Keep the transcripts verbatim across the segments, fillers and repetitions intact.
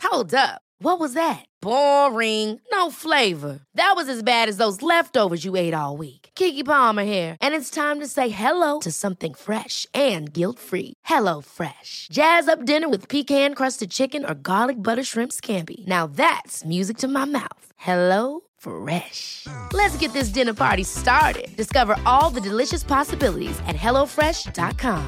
Hold up. What was that? Boring. No flavor. That was as bad as those leftovers you ate all week. Keke Palmer here, and it's time to say hello to something fresh and guilt-free. Hello Fresh. Jazz up dinner with pecan-crusted chicken or garlic butter shrimp scampi. Now that's music to my mouth. Hello Fresh. Let's get this dinner party started. Discover all the delicious possibilities at hello fresh dot com.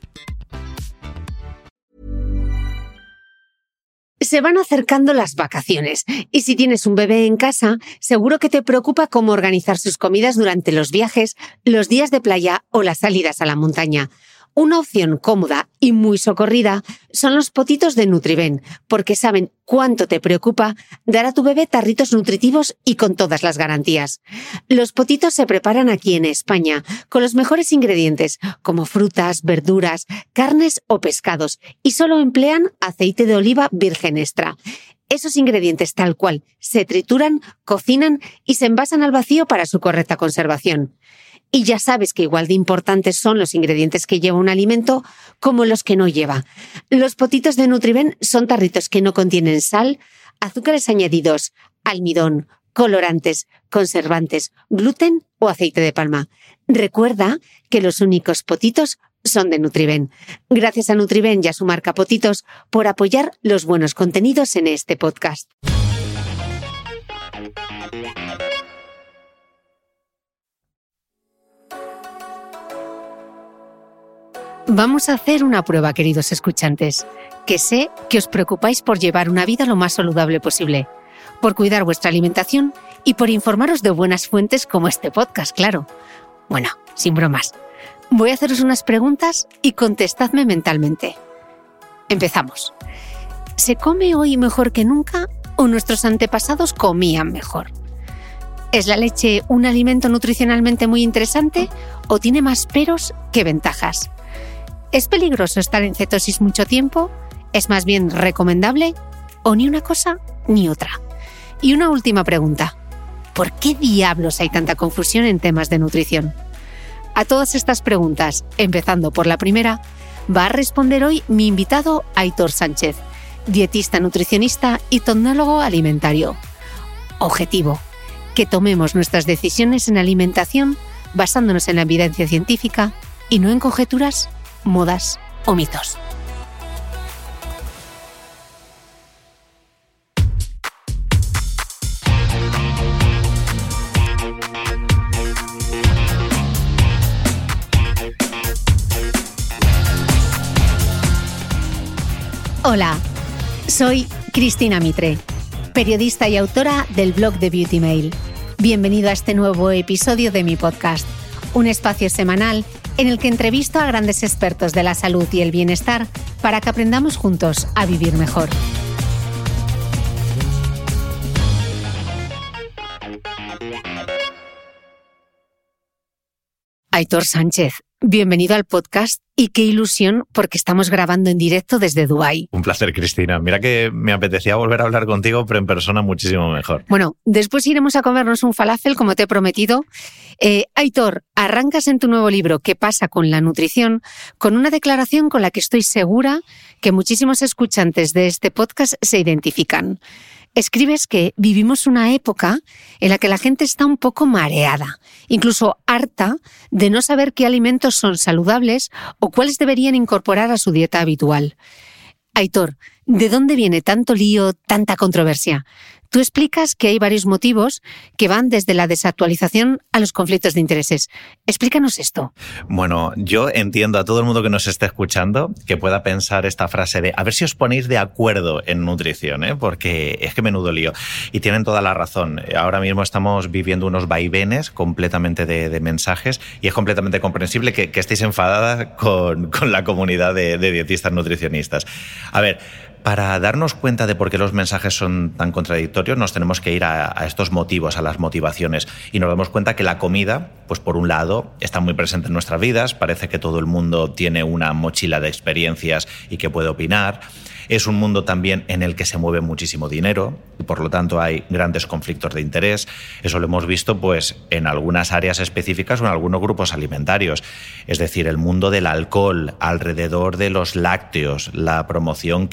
Se van acercando las vacaciones y si tienes un bebé en casa, seguro que te preocupa cómo organizar sus comidas durante los viajes, los días de playa o las salidas a la montaña. Una opción cómoda y muy socorrida son los potitos de Nutriben, porque saben cuánto te preocupa dar a tu bebé tarritos nutritivos y con todas las garantías. Los potitos se preparan aquí en España con los mejores ingredientes, como frutas, verduras, carnes o pescados, y solo emplean aceite de oliva virgen extra. Esos ingredientes tal cual se trituran, cocinan y se envasan al vacío para su correcta conservación. Y ya sabes que igual de importantes son los ingredientes que lleva un alimento como los que no lleva. Los potitos de Nutriben son tarritos que no contienen sal, azúcares añadidos, almidón, colorantes, conservantes, gluten o aceite de palma. Recuerda que los únicos potitos son de Nutriben. Gracias a Nutriben y a su marca Potitos por apoyar los buenos contenidos en este podcast. Vamos a hacer una prueba, queridos escuchantes, que sé que os preocupáis por llevar una vida lo más saludable posible, por cuidar vuestra alimentación y por informaros de buenas fuentes como este podcast, claro. Bueno, sin bromas. Voy a haceros unas preguntas y contestadme mentalmente. Empezamos. ¿Se come hoy mejor que nunca o nuestros antepasados comían mejor? ¿Es la leche un alimento nutricionalmente muy interesante o tiene más peros que ventajas? ¿Es peligroso estar en cetosis mucho tiempo? ¿Es más bien recomendable? ¿O ni una cosa ni otra? Y una última pregunta. ¿Por qué diablos hay tanta confusión en temas de nutrición? A todas estas preguntas, empezando por la primera, va a responder hoy mi invitado Aitor Sánchez, dietista nutricionista y tecnólogo alimentario. Objetivo: que tomemos nuestras decisiones en alimentación basándonos en la evidencia científica y no en conjeturas, modas o mitos. Hola, soy Cristina Mitre, periodista y autora del blog de Beauty Mail. Bienvenido a este nuevo episodio de mi podcast, un espacio semanal en el que entrevisto a grandes expertos de la salud y el bienestar para que aprendamos juntos a vivir mejor. Aitor Sánchez, bienvenido al podcast y qué ilusión porque estamos grabando en directo desde Dubái. Un placer, Cristina. Mira que me apetecía volver a hablar contigo, pero en persona muchísimo mejor. Bueno, después iremos a comernos un falafel, como te he prometido. Eh, Aitor, arrancas en tu nuevo libro ¿Qué pasa con la nutrición? Con una declaración con la que estoy segura que muchísimos escuchantes de este podcast se identifican. Escribes que vivimos una época en la que la gente está un poco mareada, incluso harta de no saber qué alimentos son saludables o cuáles deberían incorporar a su dieta habitual. Aitor, ¿de dónde viene tanto lío, tanta controversia? Tú explicas que hay varios motivos que van desde la desactualización a los conflictos de intereses. Explícanos esto. Bueno, yo entiendo a todo el mundo que nos esté escuchando que pueda pensar esta frase de a ver si os ponéis de acuerdo en nutrición, ¿eh? Porque es que menudo lío. Y tienen toda la razón. Ahora mismo estamos viviendo unos vaivenes completamente de, de mensajes y es completamente comprensible que, que estéis enfadadas con, con la comunidad de, de dietistas nutricionistas. A ver, para darnos cuenta de por qué los mensajes son tan contradictorios, nos tenemos que ir a, a estos motivos, a las motivaciones. Y nos damos cuenta que la comida, pues por un lado, está muy presente en nuestras vidas. Parece que todo el mundo tiene una mochila de experiencias y que puede opinar. Es un mundo también en el que se mueve muchísimo dinero y por lo tanto hay grandes conflictos de interés. Eso lo hemos visto pues, en algunas áreas específicas o en algunos grupos alimentarios. Es decir, el mundo del alcohol, alrededor de los lácteos, la promoción que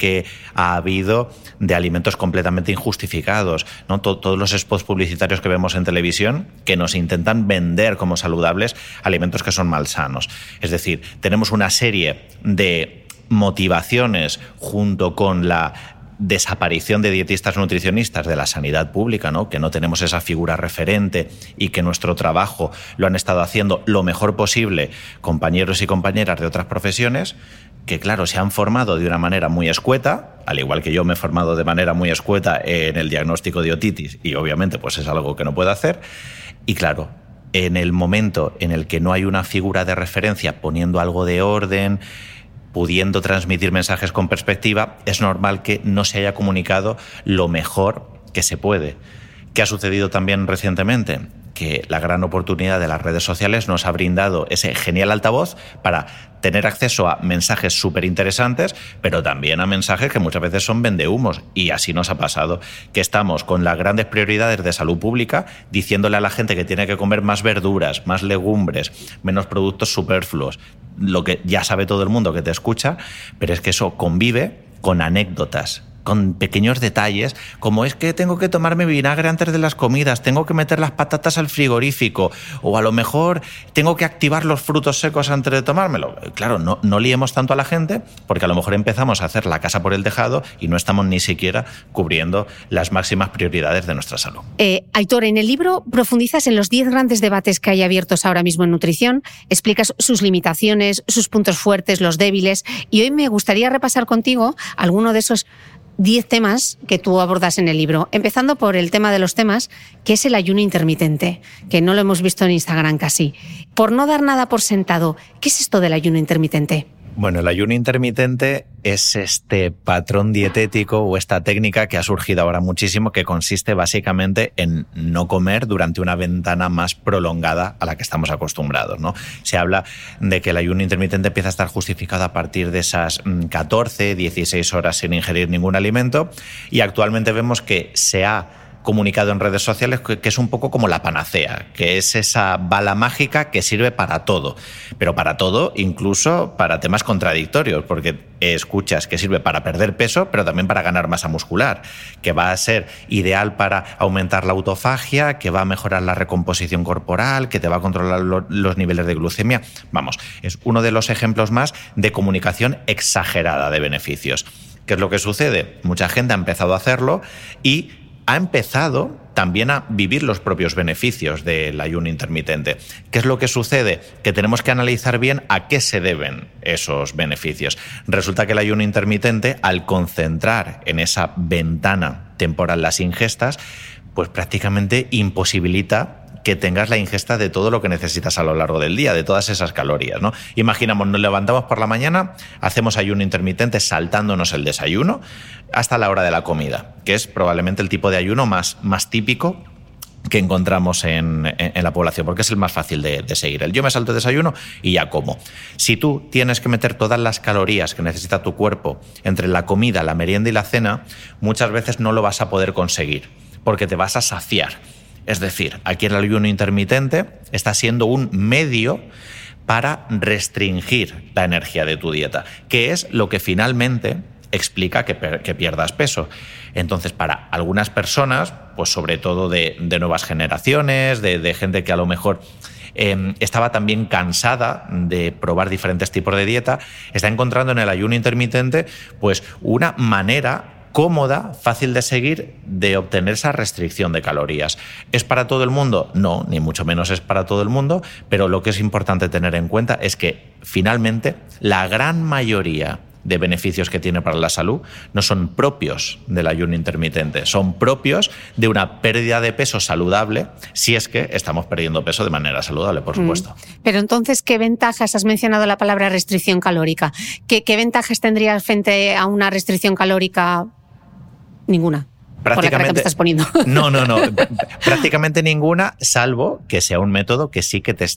ha habido de alimentos completamente injustificados, ¿no? Todos los spots publicitarios que vemos en televisión que nos intentan vender como saludables alimentos que son malsanos. Es decir, tenemos una serie de motivaciones junto con la desaparición de dietistas nutricionistas de la sanidad pública, ¿no? Que no tenemos esa figura referente y que nuestro trabajo lo han estado haciendo lo mejor posible compañeros y compañeras de otras profesiones que, claro, se han formado de una manera muy escueta, al igual que yo me he formado de manera muy escueta en el diagnóstico de otitis y obviamente pues es algo que no puedo hacer. Y claro, en el momento en el que no hay una figura de referencia poniendo algo de orden, pudiendo transmitir mensajes con perspectiva, es normal que no se haya comunicado lo mejor que se puede. ¿Qué ha sucedido también recientemente? Que la gran oportunidad de las redes sociales nos ha brindado ese genial altavoz para tener acceso a mensajes súper interesantes, pero también a mensajes que muchas veces son vendehumos. Y así nos ha pasado, que estamos con las grandes prioridades de salud pública diciéndole a la gente que tiene que comer más verduras, más legumbres, menos productos superfluos, lo que ya sabe todo el mundo que te escucha, pero es que eso convive con anécdotas, con pequeños detalles, como es que tengo que tomarme vinagre antes de las comidas, tengo que meter las patatas al frigorífico, o a lo mejor tengo que activar los frutos secos antes de tomármelo. Claro, no, no liemos tanto a la gente, porque a lo mejor empezamos a hacer la casa por el tejado y no estamos ni siquiera cubriendo las máximas prioridades de nuestra salud. Eh, Aitor, en el libro profundizas en los diez grandes debates que hay abiertos ahora mismo en nutrición, explicas sus limitaciones, sus puntos fuertes, los débiles, y hoy me gustaría repasar contigo alguno de esos diez temas que tú abordas en el libro, empezando por el tema de los temas, que es el ayuno intermitente, que no lo hemos visto en Instagram casi. Por no dar nada por sentado, ¿qué es esto del ayuno intermitente? Bueno, el ayuno intermitente es este patrón dietético o esta técnica que ha surgido ahora muchísimo, que consiste básicamente en no comer durante una ventana más prolongada a la que estamos acostumbrados, ¿no? Se habla de que el ayuno intermitente empieza a estar justificado a partir de esas catorce, dieciséis horas sin ingerir ningún alimento, y actualmente vemos que se ha comunicado en redes sociales que es un poco como la panacea, que es esa bala mágica que sirve para todo, pero para todo, incluso para temas contradictorios, porque escuchas que sirve para perder peso, pero también para ganar masa muscular, que va a ser ideal para aumentar la autofagia, que va a mejorar la recomposición corporal, que te va a controlar lo, los niveles de glucemia. Vamos, es uno de los ejemplos más de comunicación exagerada de beneficios. ¿Qué es lo que sucede? Mucha gente ha empezado a hacerlo y ha empezado también a vivir los propios beneficios del ayuno intermitente. ¿Qué es lo que sucede? Que tenemos que analizar bien a qué se deben esos beneficios. Resulta que el ayuno intermitente, al concentrar en esa ventana temporal las ingestas, pues prácticamente imposibilita que tengas la ingesta de todo lo que necesitas a lo largo del día, de todas esas calorías, ¿no? Imaginamos, nos levantamos por la mañana, hacemos ayuno intermitente saltándonos el desayuno hasta la hora de la comida, que es probablemente el tipo de ayuno más, más típico que encontramos en, en, en la población, porque es el más fácil de, de seguir. El yo me salto el desayuno y ya como. Si tú tienes que meter todas las calorías que necesita tu cuerpo entre la comida, la merienda y la cena, muchas veces no lo vas a poder conseguir, porque te vas a saciar. Es decir, aquí el ayuno intermitente está siendo un medio para restringir la energía de tu dieta, que es lo que finalmente explica que, que pierdas peso. Entonces, para algunas personas, pues sobre todo de, de nuevas generaciones, de, de gente que a lo mejor eh, estaba también cansada de probar diferentes tipos de dieta, está encontrando en el ayuno intermitente pues una manera cómoda, fácil de seguir, de obtener esa restricción de calorías. ¿Es para todo el mundo? No, ni mucho menos es para todo el mundo, pero lo que es importante tener en cuenta es que finalmente la gran mayoría de beneficios que tiene para la salud no son propios del ayuno intermitente, son propios de una pérdida de peso saludable, si es que estamos perdiendo peso de manera saludable, por supuesto. Mm. Pero entonces, ¿qué ventajas? Has mencionado la palabra restricción calórica. ¿Qué, qué ventajas tendrías frente a una restricción calórica? Ninguna. Por la cara que me estás poniendo. No, no, no. Prácticamente ninguna, salvo que sea un método que sí que te está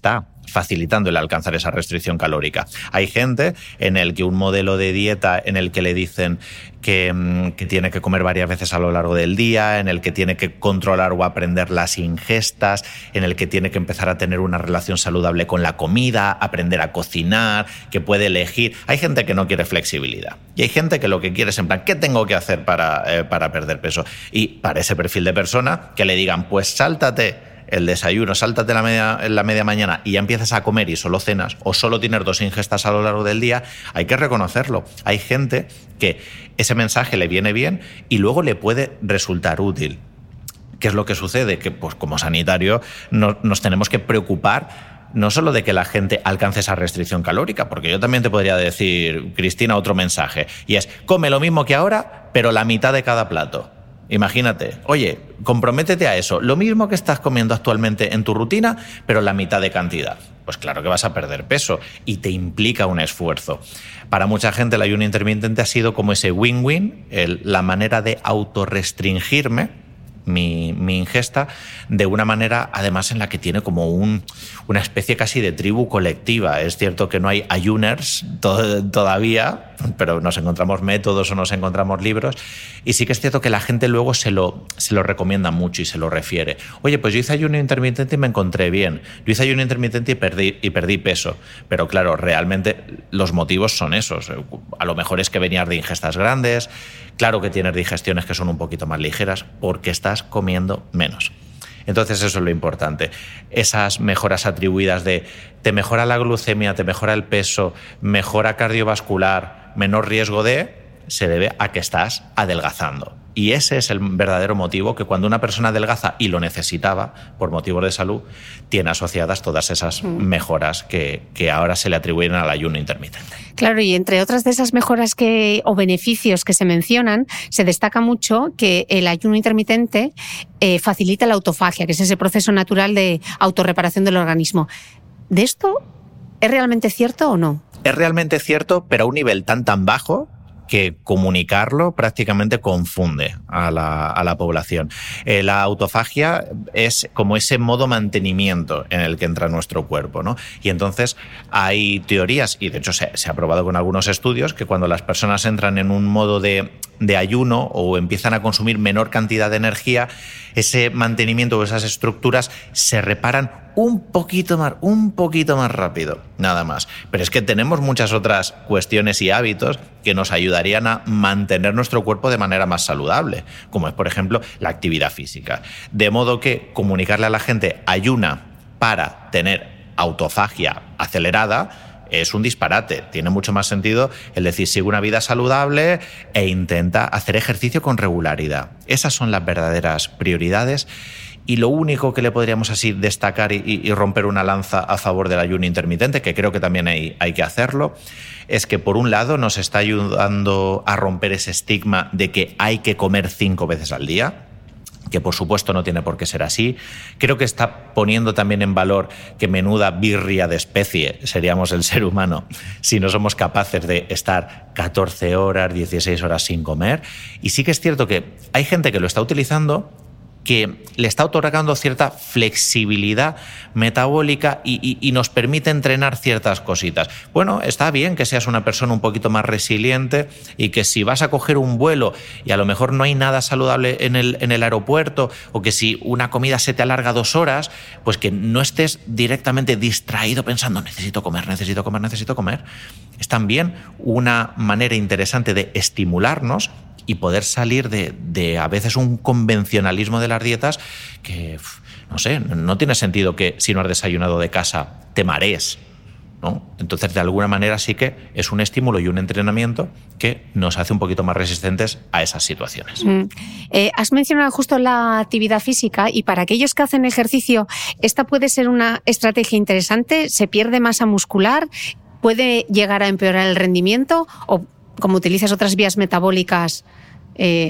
facilitando el alcanzar esa restricción calórica. Hay gente en el que un modelo de dieta en el que le dicen que, que tiene que comer varias veces a lo largo del día, en el que tiene que controlar o aprender las ingestas, en el que tiene que empezar a tener una relación saludable con la comida, aprender a cocinar, que puede elegir. Hay gente que no quiere flexibilidad y hay gente que lo que quiere es en plan, ¿qué tengo que hacer para, eh, para perder peso? Y para ese perfil de persona que le digan, pues sáltate el desayuno, sáltate la media, la media mañana y ya empiezas a comer y solo cenas o solo tienes dos ingestas a lo largo del día, hay que reconocerlo. Hay gente que ese mensaje le viene bien y luego le puede resultar útil. ¿Qué es lo que sucede? Que pues como sanitario no, nos tenemos que preocupar no solo de que la gente alcance esa restricción calórica, porque yo también te podría decir, Cristina, otro mensaje, y es, come lo mismo que ahora, pero la mitad de cada plato. Imagínate, oye, comprométete a eso, lo mismo que estás comiendo actualmente en tu rutina, pero la mitad de cantidad. Pues claro que vas a perder peso y te implica un esfuerzo. Para mucha gente el ayuno intermitente ha sido como ese win-win, el, la manera de autorrestringirme Mi, mi ingesta de una manera además en la que tiene como un, una especie casi de tribu colectiva. Es cierto que no hay ayuners to- todavía, pero nos encontramos métodos o nos encontramos libros y sí que es cierto que la gente luego se lo, se lo recomienda mucho y se lo refiere. Oye, pues yo hice ayuno intermitente y me encontré bien. Yo hice ayuno intermitente y perdí, y perdí peso. Pero claro, realmente los motivos son esos. A lo mejor es que venías de ingestas grandes, claro que tienes digestiones que son un poquito más ligeras porque estás comiendo menos. Entonces eso es lo importante. Esas mejoras atribuidas de te mejora la glucemia, te mejora el peso, mejora cardiovascular, menor riesgo de, se debe a que estás adelgazando. Y ese es el verdadero motivo que cuando una persona adelgaza y lo necesitaba por motivos de salud, tiene asociadas todas esas mejoras que, que ahora se le atribuyen al ayuno intermitente. Claro, y entre otras de esas mejoras que, o beneficios que se mencionan, se destaca mucho que el ayuno intermitente eh, facilita la autofagia, que es ese proceso natural de autorreparación del organismo. ¿De esto es realmente cierto o no? Es realmente cierto, pero a un nivel tan tan bajo que comunicarlo prácticamente confunde a la, a la población. Eh, la autofagia es como ese modo mantenimiento en el que entra nuestro cuerpo, ¿no? Y entonces hay teorías, y de hecho se, se ha probado con algunos estudios, que cuando las personas entran en un modo de, de ayuno o empiezan a consumir menor cantidad de energía, ese mantenimiento o esas estructuras se reparan un poquito más, un poquito más rápido, nada más. Pero es que tenemos muchas otras cuestiones y hábitos que nos ayudarían a mantener nuestro cuerpo de manera más saludable, como es, por ejemplo, la actividad física. De modo que comunicarle a la gente ayuna para tener autofagia acelerada es un disparate. Tiene mucho más sentido el decir sigue una vida saludable e intenta hacer ejercicio con regularidad. Esas son las verdaderas prioridades. Y lo único que le podríamos así destacar y, y romper una lanza a favor del ayuno intermitente, que creo que también hay, hay que hacerlo, es que por un lado nos está ayudando a romper ese estigma de que hay que comer cinco veces al día, que por supuesto no tiene por qué ser así. Creo que está poniendo también en valor que menuda birria de especie seríamos el ser humano si no somos capaces de estar catorce horas, dieciséis horas sin comer. Y sí que es cierto que hay gente que lo está utilizando que le está otorgando cierta flexibilidad metabólica y, y, y nos permite entrenar ciertas cositas. Bueno, está bien que seas una persona un poquito más resiliente y que si vas a coger un vuelo y a lo mejor no hay nada saludable en el, en el aeropuerto, o que si una comida se te alarga dos horas, pues que no estés directamente distraído pensando necesito comer, necesito comer, necesito comer. Es también una manera interesante de estimularnos y poder salir de, de a veces un convencionalismo de las dietas que, no sé, no tiene sentido que si no has desayunado de casa te marees, ¿no? Entonces, de alguna manera sí que es un estímulo y un entrenamiento que nos hace un poquito más resistentes a esas situaciones. Mm. Eh, has mencionado justo la actividad física y para aquellos que hacen ejercicio, esta puede ser una estrategia interesante. ¿Se pierde masa muscular? ¿Puede llegar a empeorar el rendimiento? ¿O como utilizas otras vías metabólicas, eh,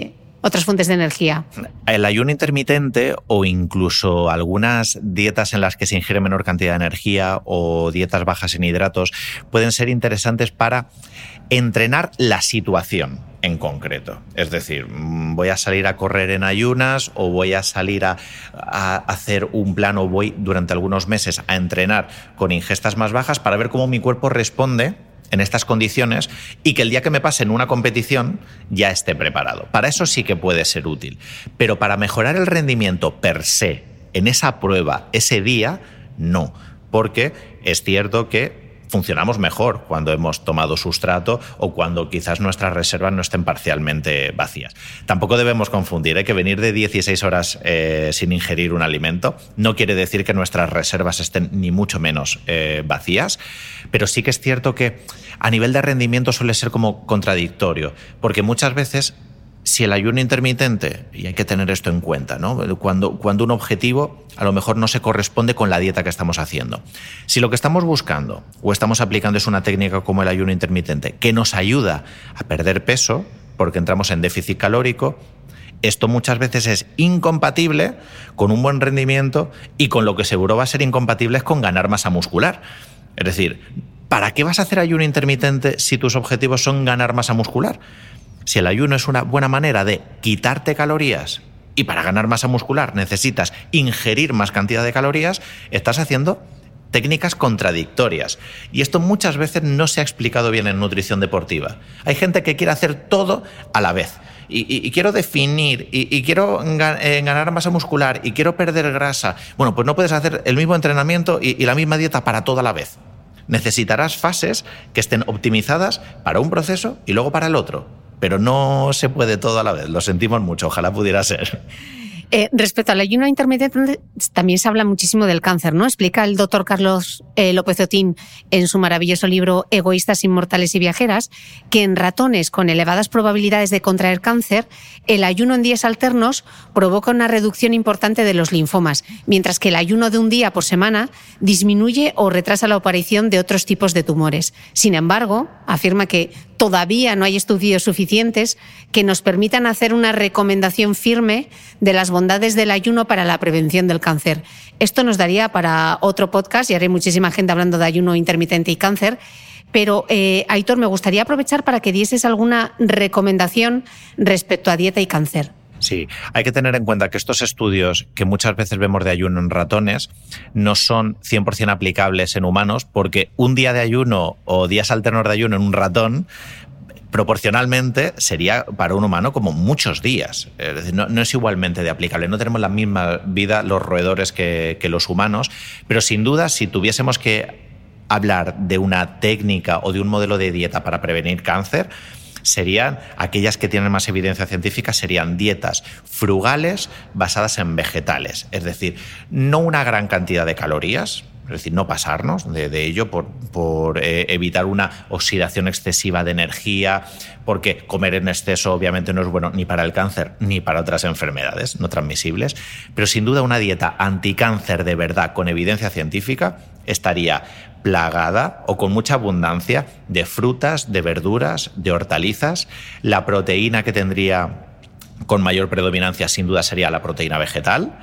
otras fuentes de energía. El ayuno intermitente o incluso algunas dietas en las que se ingiere menor cantidad de energía o dietas bajas en hidratos pueden ser interesantes para entrenar la situación en concreto. Es decir, voy a salir a correr en ayunas o voy a salir a, a hacer un plan o voy durante algunos meses a entrenar con ingestas más bajas para ver cómo mi cuerpo responde en estas condiciones y que el día que me pase en una competición ya esté preparado. Para eso sí que puede ser útil. Pero para mejorar el rendimiento per se en esa prueba, ese día, no. Porque es cierto que funcionamos mejor cuando hemos tomado sustrato o cuando quizás nuestras reservas no estén parcialmente vacías. Tampoco debemos confundir, ¿eh? que venir de dieciséis horas eh, sin ingerir un alimento no quiere decir que nuestras reservas estén ni mucho menos eh, vacías, pero sí que es cierto que a nivel de rendimiento suele ser como contradictorio, porque muchas veces si el ayuno intermitente, y hay que tener esto en cuenta, ¿no? Cuando, cuando un objetivo a lo mejor no se corresponde con la dieta que estamos haciendo. Si lo que estamos buscando o estamos aplicando es una técnica como el ayuno intermitente que nos ayuda a perder peso porque entramos en déficit calórico, esto muchas veces es incompatible con un buen rendimiento y con lo que seguro va a ser incompatible es con ganar masa muscular. Es decir, ¿para qué vas a hacer ayuno intermitente si tus objetivos son ganar masa muscular? Si el ayuno es una buena manera de quitarte calorías y para ganar masa muscular necesitas ingerir más cantidad de calorías, estás haciendo técnicas contradictorias. Y esto muchas veces no se ha explicado bien en nutrición deportiva. Hay gente que quiere hacer todo a la vez. Y, y, y quiero definir, y, y quiero ga- eh, ganar masa muscular, y quiero perder grasa. Bueno, pues no puedes hacer el mismo entrenamiento y, y la misma dieta para todo a la vez. Necesitarás fases que estén optimizadas para un proceso y luego para el otro. Pero no se puede todo a la vez, lo sentimos mucho, ojalá pudiera ser. Eh, respecto al ayuno intermitente, también se habla muchísimo del cáncer, ¿no? Explica el doctor Carlos eh, López Otín en su maravilloso libro Egoístas, Inmortales y Viajeras, que en ratones con elevadas probabilidades de contraer cáncer, el ayuno en días alternos provoca una reducción importante de los linfomas, mientras que el ayuno de un día por semana disminuye o retrasa la aparición de otros tipos de tumores. Sin embargo, afirma que todavía no hay estudios suficientes que nos permitan hacer una recomendación firme de las bondades del ayuno para la prevención del cáncer. Esto nos daría para otro podcast y haré muchísima gente hablando de ayuno intermitente y cáncer. Pero, eh, Aitor, me gustaría aprovechar para que dieses alguna recomendación respecto a dieta y cáncer. Sí, hay que tener en cuenta que estos estudios que muchas veces vemos de ayuno en ratones no son cien por ciento aplicables en humanos, porque un día de ayuno o días alternos de ayuno en un ratón proporcionalmente sería para un humano como muchos días. Es decir, no, no es igualmente de aplicable. No tenemos la misma vida los roedores que, que los humanos, pero sin duda si tuviésemos que hablar de una técnica o de un modelo de dieta para prevenir cáncer, serían aquellas que tienen más evidencia científica, serían dietas frugales basadas en vegetales. Es decir, no una gran cantidad de calorías, es decir, no pasarnos de, de ello por, por eh, evitar una oxidación excesiva de energía, porque comer en exceso obviamente no es bueno ni para el cáncer ni para otras enfermedades no transmisibles, pero sin duda una dieta anticáncer de verdad con evidencia científica estaría plagada o con mucha abundancia de frutas, de verduras, de hortalizas. La proteína que tendría con mayor predominancia sin duda sería la proteína vegetal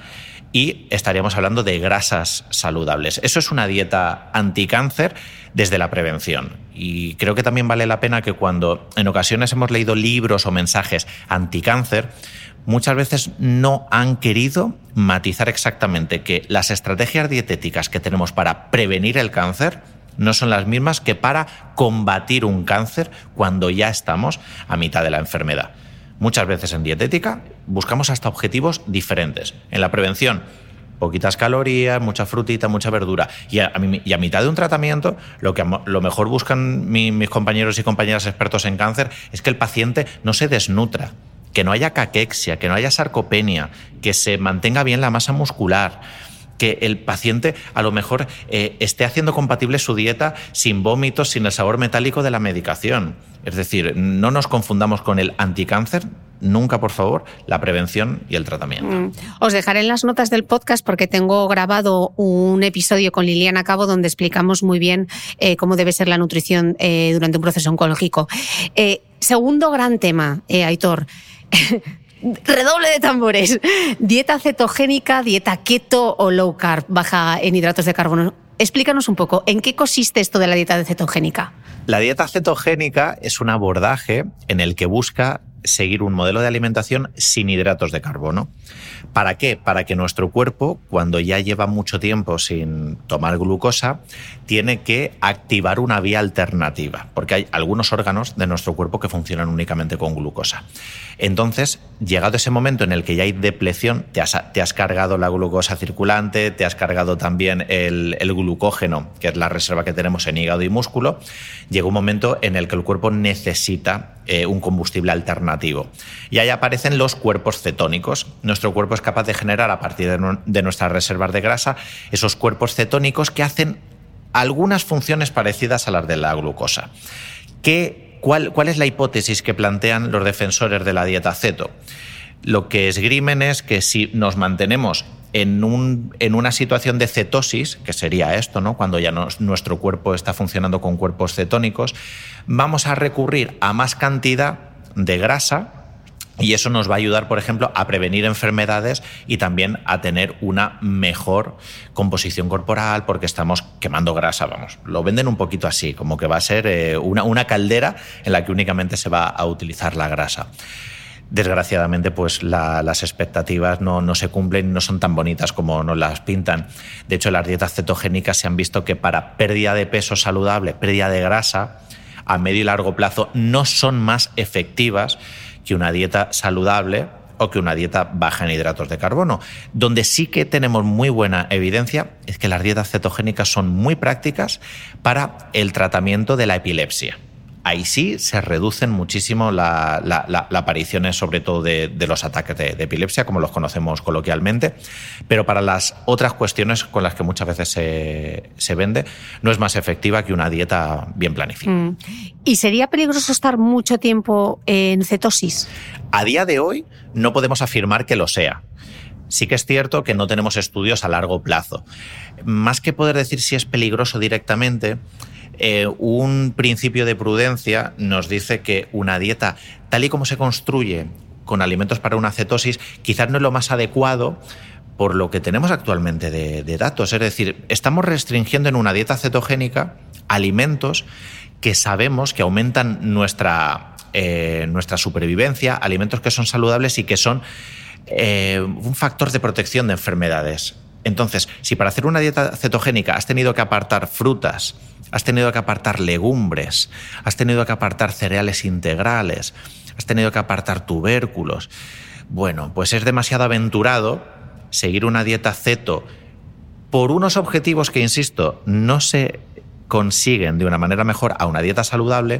y estaríamos hablando de grasas saludables. Eso es una dieta anticáncer desde la prevención. Y creo que también vale la pena que cuando en ocasiones hemos leído libros o mensajes anticáncer, muchas veces no han querido matizar exactamente que las estrategias dietéticas que tenemos para prevenir el cáncer no son las mismas que para combatir un cáncer cuando ya estamos a mitad de la enfermedad. Muchas veces en dietética buscamos hasta objetivos diferentes. En la prevención, poquitas calorías, mucha frutita, mucha verdura. Y a, y a mitad de un tratamiento, lo que lo mejor buscan mi, mis compañeros y compañeras expertos en cáncer es que el paciente no se desnutra, que no haya caquexia, que no haya sarcopenia, que se mantenga bien la masa muscular, que el paciente a lo mejor eh, esté haciendo compatible su dieta sin vómitos, sin el sabor metálico de la medicación. Es decir, no nos confundamos con el anticáncer, nunca, por favor, la prevención y el tratamiento. Mm. Os dejaré en las notas del podcast porque tengo grabado un episodio con Liliana Cabo donde explicamos muy bien eh, cómo debe ser la nutrición eh, durante un proceso oncológico. Eh, segundo gran tema, eh, Aitor. Redoble de tambores. Dieta cetogénica, dieta keto o low carb, baja en hidratos de carbono. Explícanos un poco, ¿en qué consiste esto de la dieta cetogénica? La dieta cetogénica es un abordaje en el que busca seguir un modelo de alimentación sin hidratos de carbono. ¿Para qué? Para que nuestro cuerpo, cuando ya lleva mucho tiempo sin tomar glucosa, tiene que activar una vía alternativa, porque hay algunos órganos de nuestro cuerpo que funcionan únicamente con glucosa. Entonces, llegado ese momento en el que ya hay depleción, te has, te has cargado la glucosa circulante, te has cargado también el, el glucógeno, que es la reserva que tenemos en hígado y músculo, llega un momento en el que el cuerpo necesita eh, un combustible alternativo. Y ahí aparecen los cuerpos cetónicos. Nuestro cuerpo es capaz de generar, a partir de, no, de nuestras reservas de grasa, esos cuerpos cetónicos que hacen algunas funciones parecidas a las de la glucosa. ¿Qué, cuál, ¿Cuál es la hipótesis que plantean los defensores de la dieta ceto? Lo que esgrimen es que si nos mantenemos en, un, en una situación de cetosis, que sería esto, ¿no? Cuando ya nos, nuestro cuerpo está funcionando con cuerpos cetónicos, vamos a recurrir a más cantidad de grasa. Y eso nos va a ayudar, por ejemplo, a prevenir enfermedades y también a tener una mejor composición corporal porque estamos quemando grasa, vamos. Lo venden un poquito así, como que va a ser eh, una, una caldera en la que únicamente se va a utilizar la grasa. Desgraciadamente, pues la, las expectativas no, no se cumplen y no son tan bonitas como nos las pintan. De hecho, las dietas cetogénicas se han visto que para pérdida de peso saludable, pérdida de grasa, a medio y largo plazo no son más efectivas que una dieta saludable o que una dieta baja en hidratos de carbono. Donde sí que tenemos muy buena evidencia es que las dietas cetogénicas son muy prácticas para el tratamiento de la epilepsia. Ahí sí se reducen muchísimo las la, la, la apariciones, sobre todo de, de los ataques de, de epilepsia, como los conocemos coloquialmente, pero para las otras cuestiones con las que muchas veces se, se vende, no es más efectiva que una dieta bien planificada. Mm. ¿Y sería peligroso estar mucho tiempo en cetosis? A día de hoy no podemos afirmar que lo sea. Sí que es cierto que no tenemos estudios a largo plazo. Más que poder decir si es peligroso directamente, Eh, un principio de prudencia nos dice que una dieta, tal y como se construye con alimentos para una cetosis, quizás no es lo más adecuado por lo que tenemos actualmente de, de datos. Es decir, estamos restringiendo en una dieta cetogénica alimentos que sabemos que aumentan nuestra, eh, nuestra supervivencia, alimentos que son saludables y que son eh, un factor de protección de enfermedades. Entonces, si para hacer una dieta cetogénica has tenido que apartar frutas, has tenido que apartar legumbres, has tenido que apartar cereales integrales, has tenido que apartar tubérculos, bueno, pues es demasiado aventurado seguir una dieta ceto por unos objetivos que, insisto, no se consiguen de una manera mejor a una dieta saludable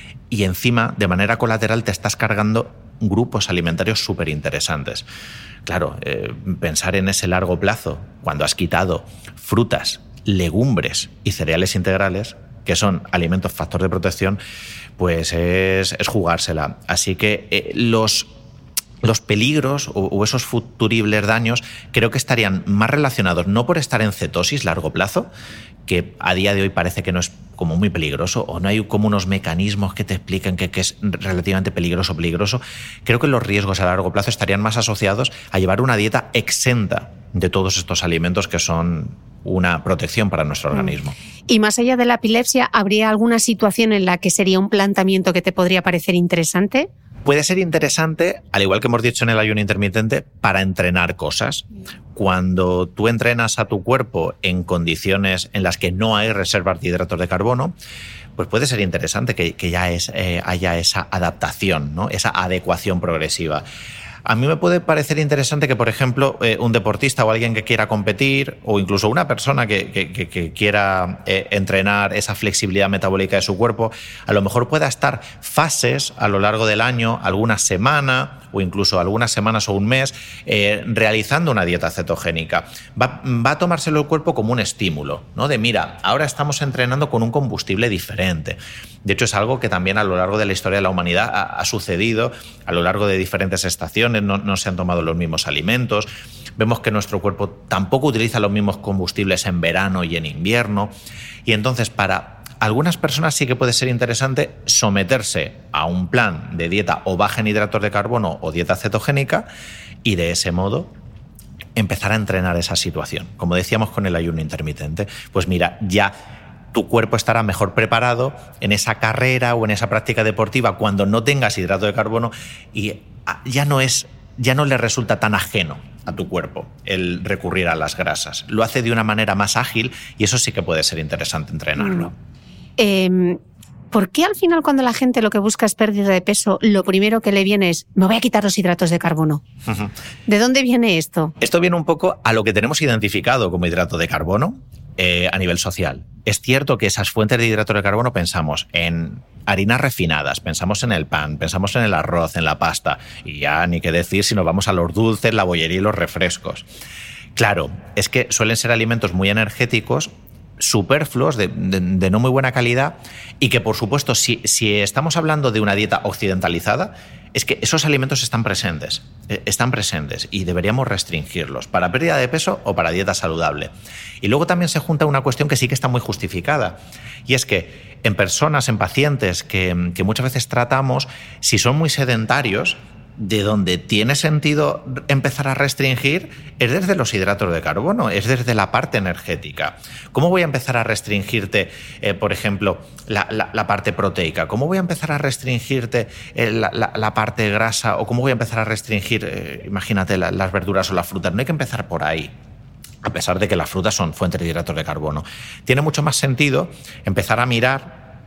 y encima, de manera colateral, te estás cargando grupos alimentarios súper interesantes. Claro, eh, pensar en ese largo plazo, cuando has quitado frutas, legumbres y cereales integrales, que son alimentos factor de protección, pues es, es jugársela. Así que eh, los, los peligros o, o esos futuribles daños creo que estarían más relacionados no por estar en cetosis largo plazo, que a día de hoy parece que no es como muy peligroso, o no hay como unos mecanismos que te expliquen que, que es relativamente peligroso peligroso. Creo que los riesgos a largo plazo estarían más asociados a llevar una dieta exenta de todos estos alimentos que son una protección para nuestro organismo. Y más allá de la epilepsia, ¿habría alguna situación en la que sería un planteamiento que te podría parecer interesante? Puede ser interesante, al igual que hemos dicho en el ayuno intermitente, para entrenar cosas. Cuando tú entrenas a tu cuerpo en condiciones en las que no hay reservas de hidratos de carbono, pues puede ser interesante que, que ya es, eh, haya esa adaptación, ¿no? Esa adecuación progresiva. A mí me puede parecer interesante que, por ejemplo, eh, un deportista o alguien que quiera competir, o incluso una persona que, que, que quiera eh, entrenar esa flexibilidad metabólica de su cuerpo, a lo mejor pueda estar fases a lo largo del año, alguna semana o incluso algunas semanas o un mes, eh, realizando una dieta cetogénica. Va, va a tomárselo el cuerpo como un estímulo, ¿no? De mira, ahora estamos entrenando con un combustible diferente. De hecho, es algo que también a lo largo de la historia de la humanidad ha, ha sucedido, a lo largo de diferentes estaciones, no, no se han tomado los mismos alimentos, vemos que nuestro cuerpo tampoco utiliza los mismos combustibles en verano y en invierno, y entonces para algunas personas sí que puede ser interesante someterse a un plan de dieta o baja en hidratos de carbono o dieta cetogénica y de ese modo empezar a entrenar esa situación. Como decíamos con el ayuno intermitente, pues mira, ya tu cuerpo estará mejor preparado en esa carrera o en esa práctica deportiva cuando no tengas hidrato de carbono y ya no es, ya no le resulta tan ajeno a tu cuerpo el recurrir a las grasas. Lo hace de una manera más ágil y eso sí que puede ser interesante entrenarlo. Mm. Eh, ¿Por qué al final cuando la gente lo que busca es pérdida de peso, lo primero que le viene es me voy a quitar los hidratos de carbono? Uh-huh. ¿De dónde viene esto? Esto viene un poco a lo que tenemos identificado como hidrato de carbono eh, a nivel social. Es cierto que esas fuentes de hidratos de carbono pensamos en harinas refinadas, pensamos en el pan, pensamos en el arroz, en la pasta, y ya ni qué decir si nos vamos a los dulces, la bollería y los refrescos. Claro, es que suelen ser alimentos muy energéticos, superfluos, de, de, de no muy buena calidad, y que, por supuesto, si, si estamos hablando de una dieta occidentalizada, es que esos alimentos están presentes, están presentes y deberíamos restringirlos para pérdida de peso o para dieta saludable. Y luego también se junta una cuestión que sí que está muy justificada, y es que en personas, en pacientes que, que muchas veces tratamos, si son muy sedentarios, de donde tiene sentido empezar a restringir es desde los hidratos de carbono, es desde la parte energética. ¿Cómo voy a empezar a restringirte, eh, por ejemplo, la, la, la parte proteica? ¿Cómo voy a empezar a restringirte eh, la, la, la parte grasa? ¿O cómo voy a empezar a restringir, eh, imagínate, la, las verduras o las frutas? No hay que empezar por ahí, a pesar de que las frutas son fuentes de hidratos de carbono. Tiene mucho más sentido empezar a mirar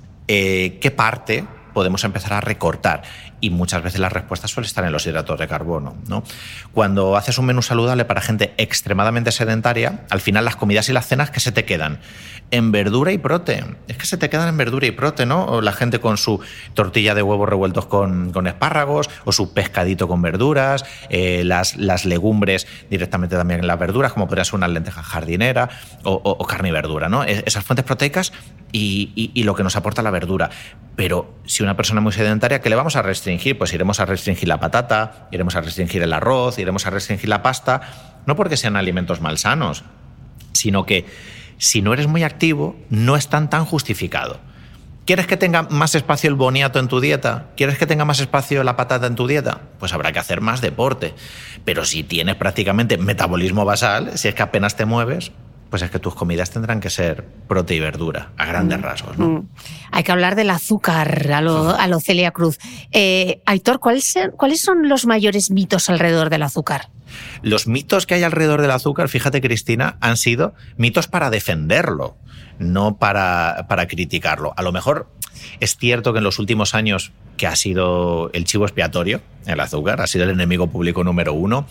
eh, qué parte podemos empezar a recortar. Y muchas veces la respuesta suele estar en los hidratos de carbono, ¿no? Cuando haces un menú saludable para gente extremadamente sedentaria, al final las comidas y las cenas, ¿qué se te quedan? En verdura y prote. Es que se te quedan en verdura y prote, ¿no? O la gente con su tortilla de huevos revueltos con, con espárragos, o su pescadito con verduras, eh, las, las legumbres directamente también en las verduras, como podría ser una lenteja jardinera, o, o, o carne y verdura, ¿no? Esas fuentes proteicas y, y, y lo que nos aporta la verdura. Pero si una persona muy sedentaria, ¿qué le vamos a restringir? Pues iremos a restringir la patata, iremos a restringir el arroz, iremos a restringir la pasta, no porque sean alimentos malsanos, sino que si no eres muy activo, no están tan justificado. ¿Quieres que tenga más espacio el boniato en tu dieta? ¿Quieres que tenga más espacio la patata en tu dieta? Pues habrá que hacer más deporte. Pero si tienes prácticamente metabolismo basal, si es que apenas te mueves, pues es que tus comidas tendrán que ser prote y verdura, a grandes mm, rasgos, ¿no? Mm. Hay que hablar del azúcar, a lo, a lo Celia Cruz. Eh, Aitor, ¿cuáles, ¿cuáles son los mayores mitos alrededor del azúcar? Los mitos que hay alrededor del azúcar, fíjate, Cristina, han sido mitos para defenderlo, no para, para criticarlo. A lo mejor es cierto que en los últimos años, que ha sido el chivo expiatorio, el azúcar, ha sido el enemigo público número uno,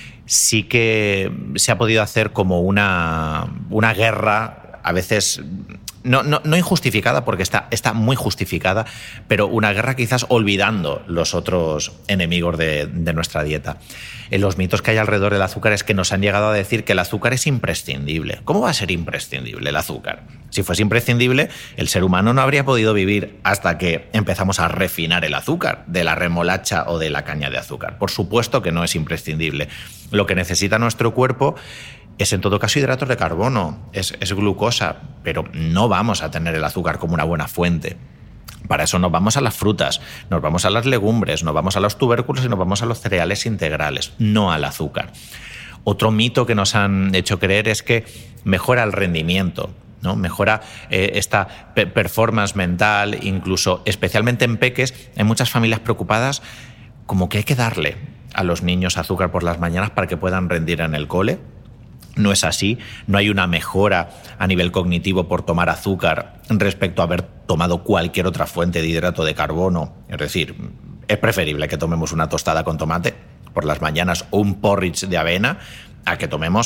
sí que se ha podido hacer como una, una guerra, a veces no, no, no injustificada, porque está, está muy justificada, pero una guerra quizás olvidando los otros enemigos de, de nuestra dieta. En los mitos que hay alrededor del azúcar es que nos han llegado a decir que el azúcar es imprescindible. ¿Cómo va a ser imprescindible el azúcar? Si fuese imprescindible, el ser humano no habría podido vivir hasta que empezamos a refinar el azúcar de la remolacha o de la caña de azúcar. Por supuesto que no es imprescindible. Lo que necesita nuestro cuerpo es en todo caso hidratos de carbono, es, es glucosa, pero no vamos a tener el azúcar como una buena fuente. Para eso nos vamos a las frutas, nos vamos a las legumbres, nos vamos a los tubérculos y nos vamos a los cereales integrales, no al azúcar. Otro mito que nos han hecho creer es que mejora el rendimiento, ¿no? Mejora eh, esta performance mental, incluso especialmente en peques, hay muchas familias preocupadas como que hay que darle a los niños azúcar por las mañanas para que puedan rendir en el cole. No es así, no hay una mejora a nivel cognitivo por tomar azúcar respecto a haber tomado cualquier otra fuente de hidrato de carbono. Es decir, es preferible que tomemos una tostada con tomate por las mañanas o un porridge de avena a que tomemos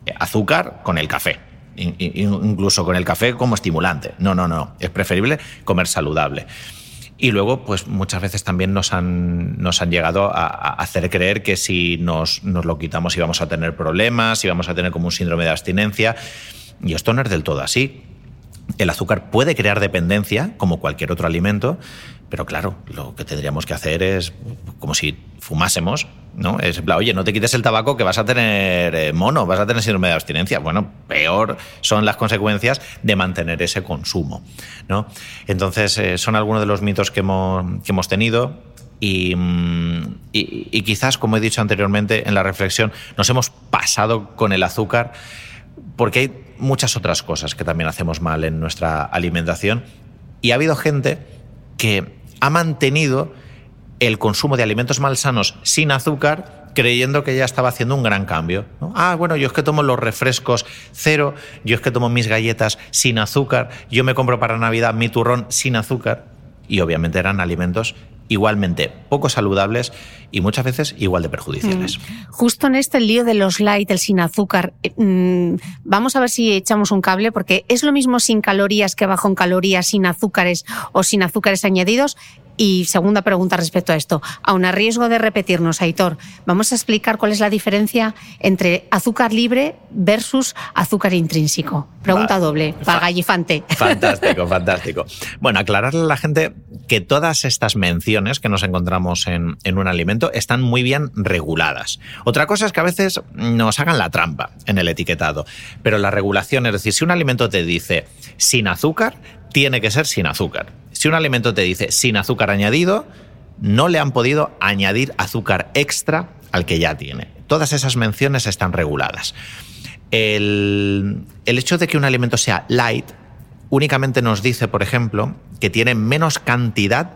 azúcar con el café, incluso con el café como estimulante. No, no, no, es preferible comer saludable. Y luego, pues muchas veces también nos han, nos han llegado a, a hacer creer que si nos, nos lo quitamos íbamos a tener problemas, íbamos a tener como un síndrome de abstinencia. Y esto no es del todo así. El azúcar puede crear dependencia, como cualquier otro alimento, pero claro, lo que tendríamos que hacer es, como si fumásemos, ¿no? Es en plan, oye, no te quites el tabaco que vas a tener eh, mono, vas a tener síndrome de abstinencia. Bueno, peor son las consecuencias de mantener ese consumo, ¿no? Entonces, eh, son algunos de los mitos que hemos, que hemos tenido y, y, y quizás, como he dicho anteriormente en la reflexión, nos hemos pasado con el azúcar porque hay muchas otras cosas que también hacemos mal en nuestra alimentación y ha habido gente que ha mantenido el consumo de alimentos malsanos sin azúcar creyendo que ya estaba haciendo un gran cambio, ¿no? Ah, bueno, yo es que tomo los refrescos cero, yo es que tomo mis galletas sin azúcar, yo me compro para Navidad mi turrón sin azúcar y obviamente eran alimentos igualmente poco saludables y muchas veces igual de perjudiciales. Mm. Justo en este lío de los light, el sin azúcar, mmm, vamos a ver si echamos un cable, porque es lo mismo sin calorías que bajo en calorías, sin azúcares o sin azúcares añadidos. Y segunda pregunta respecto a esto, aun a riesgo de repetirnos, Aitor, vamos a explicar cuál es la diferencia entre azúcar libre versus azúcar intrínseco. Pregunta Va, doble, para el gallifante. Fantástico, fantástico. Bueno, aclararle a la gente que todas estas menciones que nos encontramos en, en un alimento están muy bien reguladas. Otra cosa es que a veces nos hagan la trampa en el etiquetado, pero la regulación, es decir, si un alimento te dice sin azúcar, tiene que ser sin azúcar. Si un alimento te dice sin azúcar añadido, no le han podido añadir azúcar extra al que ya tiene. Todas esas menciones están reguladas. El, el hecho de que un alimento sea light únicamente nos dice, por ejemplo, que tiene menos cantidad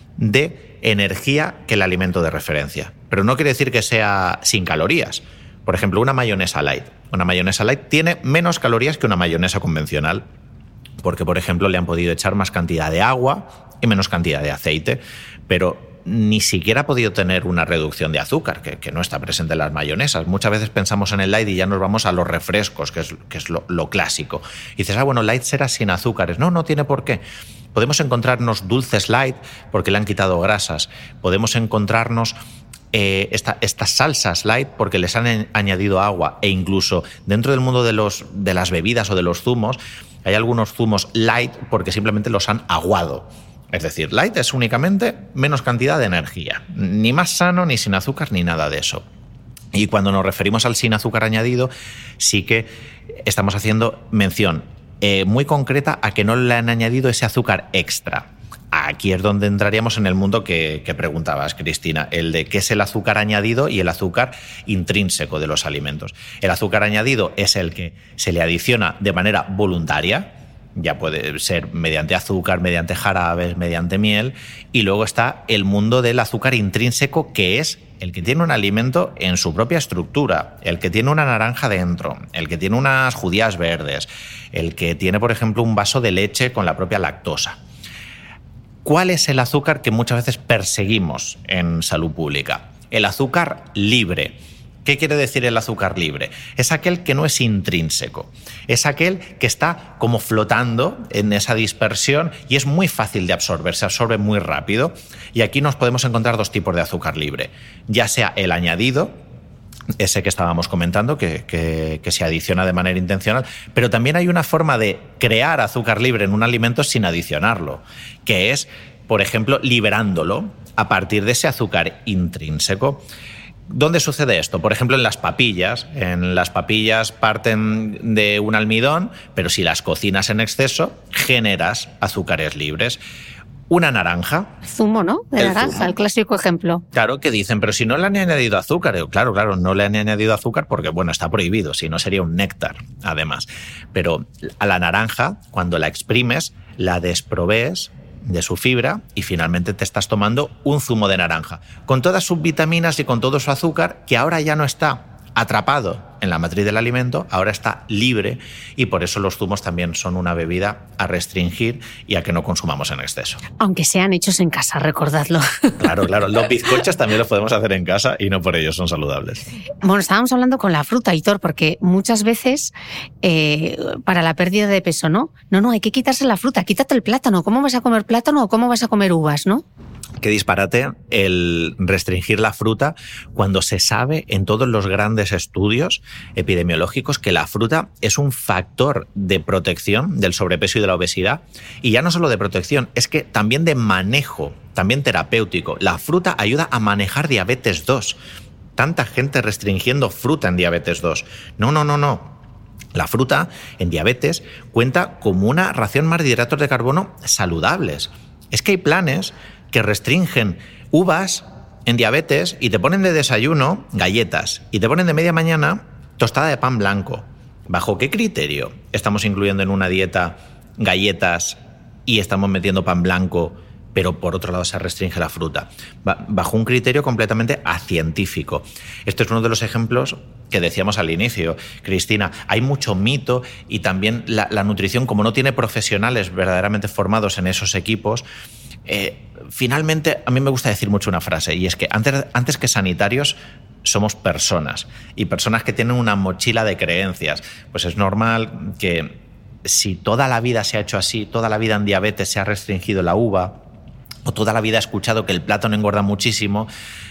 de energía que el alimento de referencia. Pero no quiere decir que sea sin calorías. Por ejemplo, una mayonesa light. Una mayonesa light tiene menos calorías que una mayonesa convencional, porque, por ejemplo, le han podido echar más cantidad de agua y menos cantidad de aceite, pero ni siquiera ha podido tener una reducción de azúcar, que, que no está presente en las mayonesas. Muchas veces pensamos en el light y ya nos vamos a los refrescos, que es, que es lo, lo clásico. Y dices, ah, bueno, light será sin azúcares. No, no tiene por qué. Podemos encontrarnos dulces light porque le han quitado grasas. Podemos encontrarnos Eh, esta, estas salsas light porque les han en, añadido agua, e incluso dentro del mundo de, los, de las bebidas o de los zumos hay algunos zumos light porque simplemente los han aguado. Es decir, light es únicamente menos cantidad de energía, ni más sano, ni sin azúcar, ni nada de eso. Y cuando nos referimos al sin azúcar añadido, sí que estamos haciendo mención eh, muy concreta a que no le han añadido ese azúcar extra. Aquí es donde entraríamos en el mundo que, que preguntabas, Cristina, el de qué es el azúcar añadido y el azúcar intrínseco de los alimentos. El azúcar añadido es el que se le adiciona de manera voluntaria, ya puede ser mediante azúcar, mediante jarabes, mediante miel, y luego está el mundo del azúcar intrínseco, que es el que tiene un alimento en su propia estructura, el que tiene una naranja dentro, el que tiene unas judías verdes, el que tiene, por ejemplo, un vaso de leche con la propia lactosa. ¿Cuál es el azúcar que muchas veces perseguimos en salud pública? El azúcar libre. ¿Qué quiere decir el azúcar libre? Es aquel que no es intrínseco. Es aquel que está como flotando en esa dispersión y es muy fácil de absorber, se absorbe muy rápido. Y aquí nos podemos encontrar dos tipos de azúcar libre. Ya sea el añadido, ese que estábamos comentando, que, que, que se adiciona de manera intencional, pero también hay una forma de crear azúcar libre en un alimento sin adicionarlo, que es, por ejemplo, liberándolo a partir de ese azúcar intrínseco. ¿Dónde sucede esto? Por ejemplo, en las papillas. En las papillas parten de un almidón, pero si las cocinas en exceso, generas azúcares libres. Una naranja. Zumo, ¿no? De el naranja, zumo. El clásico ejemplo. Claro, que dicen, pero si no le han añadido azúcar. Claro, claro, no le han añadido azúcar porque, bueno, está prohibido, si no sería un néctar, además. Pero a la naranja, cuando la exprimes, la desprovees de su fibra y finalmente te estás tomando un zumo de naranja, con todas sus vitaminas y con todo su azúcar, que ahora ya no está atrapado en la matriz del alimento, ahora está libre, y por eso los zumos también son una bebida a restringir y a que no consumamos en exceso. Aunque sean hechos en casa, recordadlo. Claro, claro. Los bizcochos también los podemos hacer en casa y no por ello son saludables. Bueno, estábamos hablando con la fruta, Aitor, porque muchas veces eh, para la pérdida de peso, ¿no? No, no, hay que quitarse la fruta, quítate el plátano. ¿Cómo vas a comer plátano o cómo vas a comer uvas, no? Qué disparate el restringir la fruta cuando se sabe en todos los grandes estudios epidemiológicos que la fruta es un factor de protección del sobrepeso y de la obesidad, y ya no solo de protección, es que también de manejo, también terapéutico. La fruta ayuda a manejar diabetes dos. tanta gente restringiendo fruta en diabetes dos? No, no, no, no. La fruta en diabetes cuenta como una ración más de hidratos de carbono saludables. Es que hay planes que restringen uvas en diabetes y te ponen de desayuno galletas y te ponen de media mañana tostada de pan blanco. ¿Bajo qué criterio estamos incluyendo en una dieta galletas y estamos metiendo pan blanco, pero por otro lado se restringe la fruta? Bajo un criterio completamente acientífico. Esto es uno de los ejemplos que decíamos al inicio, Cristina. Hay mucho mito y también la, la nutrición, como no tiene profesionales verdaderamente formados en esos equipos, eh, finalmente a mí me gusta decir mucho una frase, y es que antes, antes que sanitarios somos personas, y personas que tienen una mochila de creencias. Pues es normal que si toda la vida se ha hecho así, toda la vida en diabetes se ha restringido la uva, o toda la vida he escuchado que el plátano engorda muchísimo,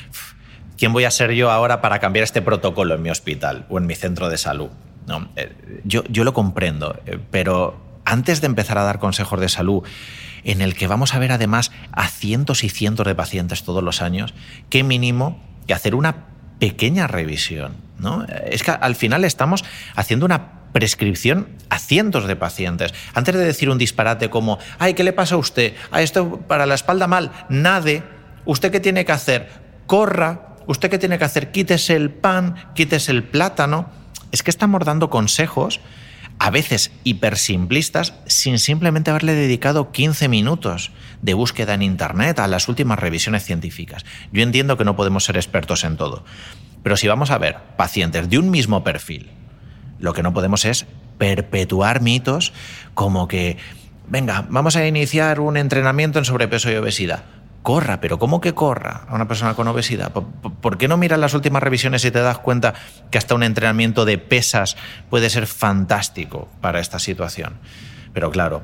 ¿quién voy a ser yo ahora para cambiar este protocolo en mi hospital o en mi centro de salud? No, yo, yo lo comprendo, pero antes de empezar a dar consejos de salud, en el que vamos a ver además a cientos y cientos de pacientes todos los años, qué mínimo que hacer una pequeña revisión, ¿no? Es que al final estamos haciendo una prescripción a cientos de pacientes. Antes de decir un disparate como «Ay, ¿qué le pasa a usted? ¿A esto para la espalda mal?» Nade. ¿Usted qué tiene que hacer? Corra. ¿Usted qué tiene que hacer? Quítese el pan, quítese el plátano. Es que estamos dando consejos a veces hipersimplistas sin simplemente haberle dedicado quince minutos de búsqueda en Internet a las últimas revisiones científicas. Yo entiendo que no podemos ser expertos en todo, pero si vamos a ver pacientes de un mismo perfil, lo que no podemos es perpetuar mitos como que, venga, vamos a iniciar un entrenamiento en sobrepeso y obesidad. Corra, pero ¿cómo que corra a una persona con obesidad? ¿Por qué no miras las últimas revisiones y te das cuenta que hasta un entrenamiento de pesas puede ser fantástico para esta situación? Pero claro,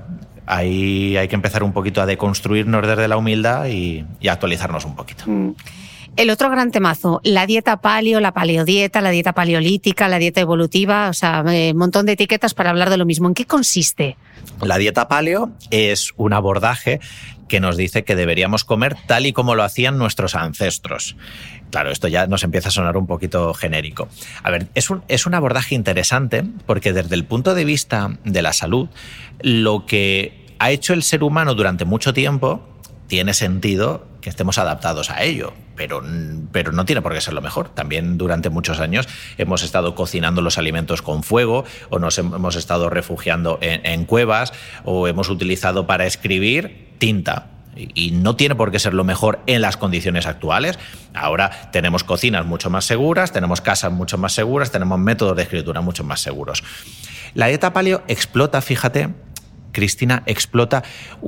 ahí hay que empezar un poquito a deconstruirnos desde la humildad y, y actualizarnos un poquito. Mm. El otro gran temazo, la dieta paleo, la paleodieta, la dieta paleolítica, la dieta evolutiva, o sea, un eh, montón de etiquetas para hablar de lo mismo. ¿En qué consiste? La dieta paleo es un abordaje que nos dice que deberíamos comer tal y como lo hacían nuestros ancestros. Claro, esto ya nos empieza a sonar un poquito genérico. A ver, es un, es un abordaje interesante porque desde el punto de vista de la salud, lo que ha hecho el ser humano durante mucho tiempo tiene sentido que estemos adaptados a ello, pero, pero no tiene por qué ser lo mejor. También durante muchos años hemos estado cocinando los alimentos con fuego, o nos hemos estado refugiando en, en cuevas, o hemos utilizado para escribir tinta. Y no tiene por qué ser lo mejor en las condiciones actuales. Ahora tenemos cocinas mucho más seguras, tenemos casas mucho más seguras, tenemos métodos de escritura mucho más seguros. La dieta paleo explota, fíjate, Cristina, explota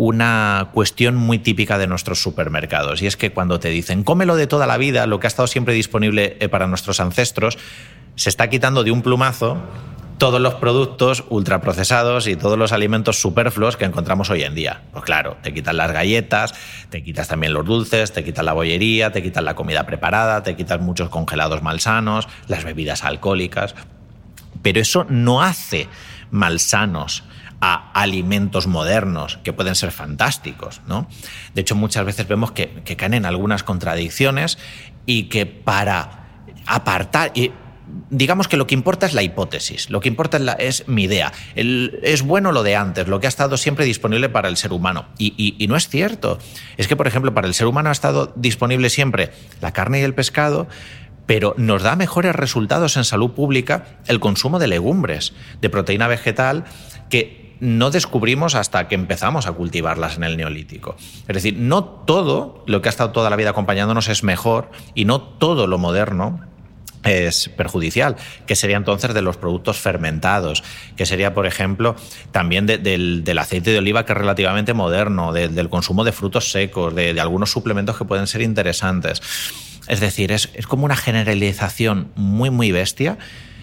una cuestión muy típica de nuestros supermercados, y es que cuando te dicen cómelo de toda la vida, lo que ha estado siempre disponible para nuestros ancestros, se está quitando de un plumazo todos los productos ultraprocesados y todos los alimentos superfluos que encontramos hoy en día. Pues claro, te quitan las galletas, te quitas también los dulces, te quitan la bollería, te quitan la comida preparada, te quitas muchos congelados malsanos, las bebidas alcohólicas. Pero eso no hace malsanos a alimentos modernos que pueden ser fantásticos, ¿no? De hecho, muchas veces vemos que, que caen en algunas contradicciones y que para apartar... Y, digamos que lo que importa es la hipótesis, lo que importa es, la, es mi idea. El, es bueno lo de antes, lo que ha estado siempre disponible para el ser humano. Y, y, y no es cierto. Es que, por ejemplo, para el ser humano ha estado disponible siempre la carne y el pescado, pero nos da mejores resultados en salud pública el consumo de legumbres, de proteína vegetal, que no descubrimos hasta que empezamos a cultivarlas en el Neolítico. Es decir, no todo lo que ha estado toda la vida acompañándonos es mejor, y no todo lo moderno es perjudicial, que sería entonces de los productos fermentados, que sería, por ejemplo, también de, del, del aceite de oliva, que es relativamente moderno, de, del consumo de frutos secos, de, de algunos suplementos que pueden ser interesantes. Es decir, es, es como una generalización muy, muy bestia,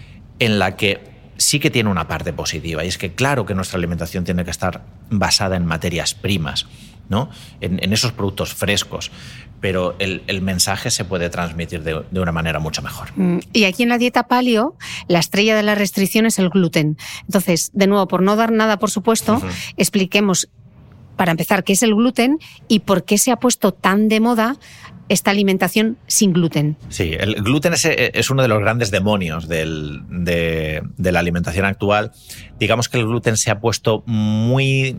en la que sí que tiene una parte positiva, y es que claro que nuestra alimentación tiene que estar basada en materias primas, ¿no? En, en esos productos frescos, pero el, el mensaje se puede transmitir de, de una manera mucho mejor. Y aquí en la dieta paleo, la estrella de la restricción es el gluten. Entonces, de nuevo, por no dar nada por supuesto, uh-huh. expliquemos, para empezar, qué es el gluten y por qué se ha puesto tan de moda esta alimentación sin gluten. Sí, el gluten es, es uno de los grandes demonios del, de, de la alimentación actual. Digamos que el gluten se ha puesto muy...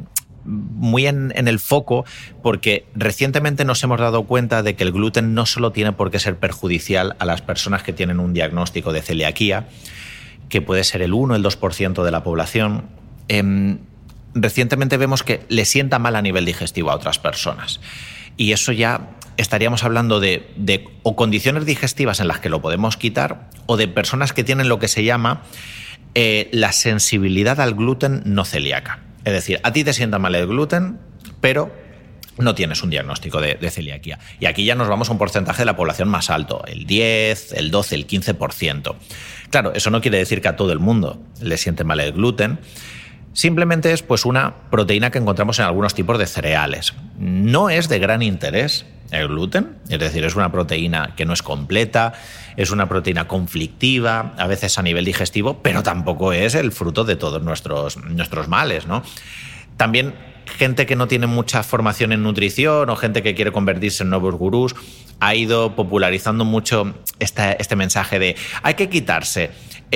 muy en, en el foco porque recientemente nos hemos dado cuenta de que el gluten no solo tiene por qué ser perjudicial a las personas que tienen un diagnóstico de celiaquía, que puede ser el uno o el dos por ciento de la población. Eh, recientemente vemos que le sienta mal a nivel digestivo a otras personas. Y eso ya estaríamos hablando de, de o condiciones digestivas en las que lo podemos quitar o de personas que tienen lo que se llama eh, la sensibilidad al gluten no celíaca. Es decir, a ti te sienta mal el gluten, pero no tienes un diagnóstico de, de celiaquía. Y aquí ya nos vamos a un porcentaje de la población más alto, el diez, el doce, el quince por ciento. Claro, eso no quiere decir que a todo el mundo le siente mal el gluten. Simplemente es pues una proteína que encontramos en algunos tipos de cereales. No es de gran interés el gluten, es decir, es una proteína que no es completa, es una proteína conflictiva, a veces a nivel digestivo, pero tampoco es el fruto de todos nuestros, nuestros males, ¿no? También gente que no tiene mucha formación en nutrición o gente que quiere convertirse en nuevos gurús ha ido popularizando mucho este, este mensaje de hay que quitarse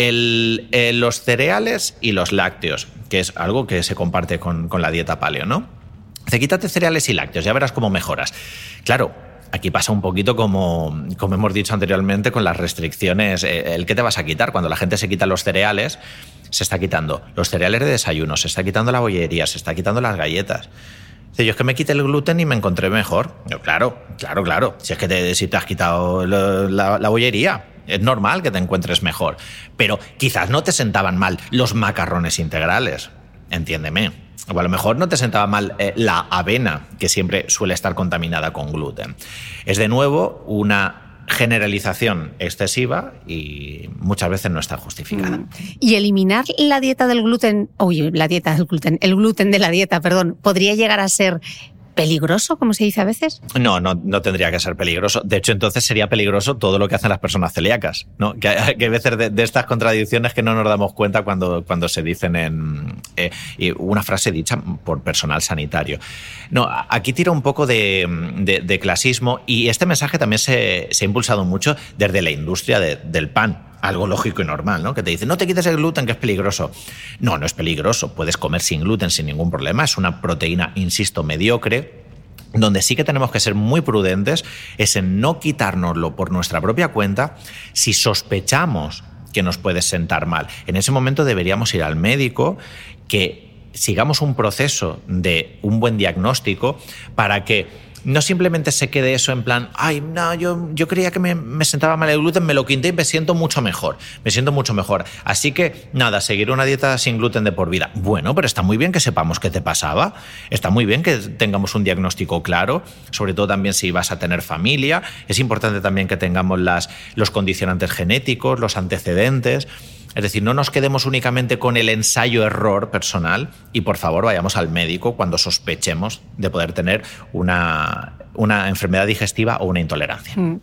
el, eh, los cereales y los lácteos, que es algo que se comparte con, con la dieta paleo, ¿no? Dice, quítate cereales y lácteos, ya verás cómo mejoras. Claro, aquí pasa un poquito como, como hemos dicho anteriormente con las restricciones. ¿El qué te vas a quitar? Cuando la gente se quita los cereales, se está quitando los cereales de desayuno, se está quitando la bollería, se está quitando las galletas. Dice, yo es que me quité el gluten y me encontré mejor. Yo, claro, claro, claro. Si es que te, si te has quitado la, la, la bollería, es normal que te encuentres mejor. Pero quizás no te sentaban mal los macarrones integrales, entiéndeme. O a lo mejor no te sentaba mal eh, la avena, que siempre suele estar contaminada con gluten. Es de nuevo una generalización excesiva y muchas veces no está justificada. Mm. Y eliminar la dieta del gluten, uy, la dieta del gluten, el gluten de la dieta, perdón, ¿podría llegar a ser peligroso, como se dice a veces? No, no, no tendría que ser peligroso. De hecho, entonces sería peligroso todo lo que hacen las personas celíacas, ¿no? Que hay, que hay veces de, de estas contradicciones que no nos damos cuenta cuando, cuando se dicen en eh, una frase dicha por personal sanitario. No, aquí tira un poco de, de, de clasismo y este mensaje también se, se ha impulsado mucho desde la industria de, del pan. Algo lógico y normal, ¿no? Que te dicen, no te quites el gluten, que es peligroso. No, no es peligroso. Puedes comer sin gluten sin ningún problema. Es una proteína, insisto, mediocre. Donde sí que tenemos que ser muy prudentes es en no quitárnoslo por nuestra propia cuenta si sospechamos que nos puede sentar mal. En ese momento deberíamos ir al médico, que sigamos un proceso de un buen diagnóstico para que no simplemente se quede eso en plan, ay, no, yo, yo creía que me, me sentaba mal el gluten, me lo quité y me siento mucho mejor, me siento mucho mejor. Así que, nada, seguir una dieta sin gluten de por vida. Bueno, pero está muy bien que sepamos qué te pasaba, está muy bien que tengamos un diagnóstico claro, sobre todo también si vas a tener familia. Es importante también que tengamos las, los condicionantes genéticos, los antecedentes. Es decir, no nos quedemos únicamente con el ensayo-error personal y, por favor, vayamos al médico cuando sospechemos de poder tener una, una enfermedad digestiva o una intolerancia. Mm.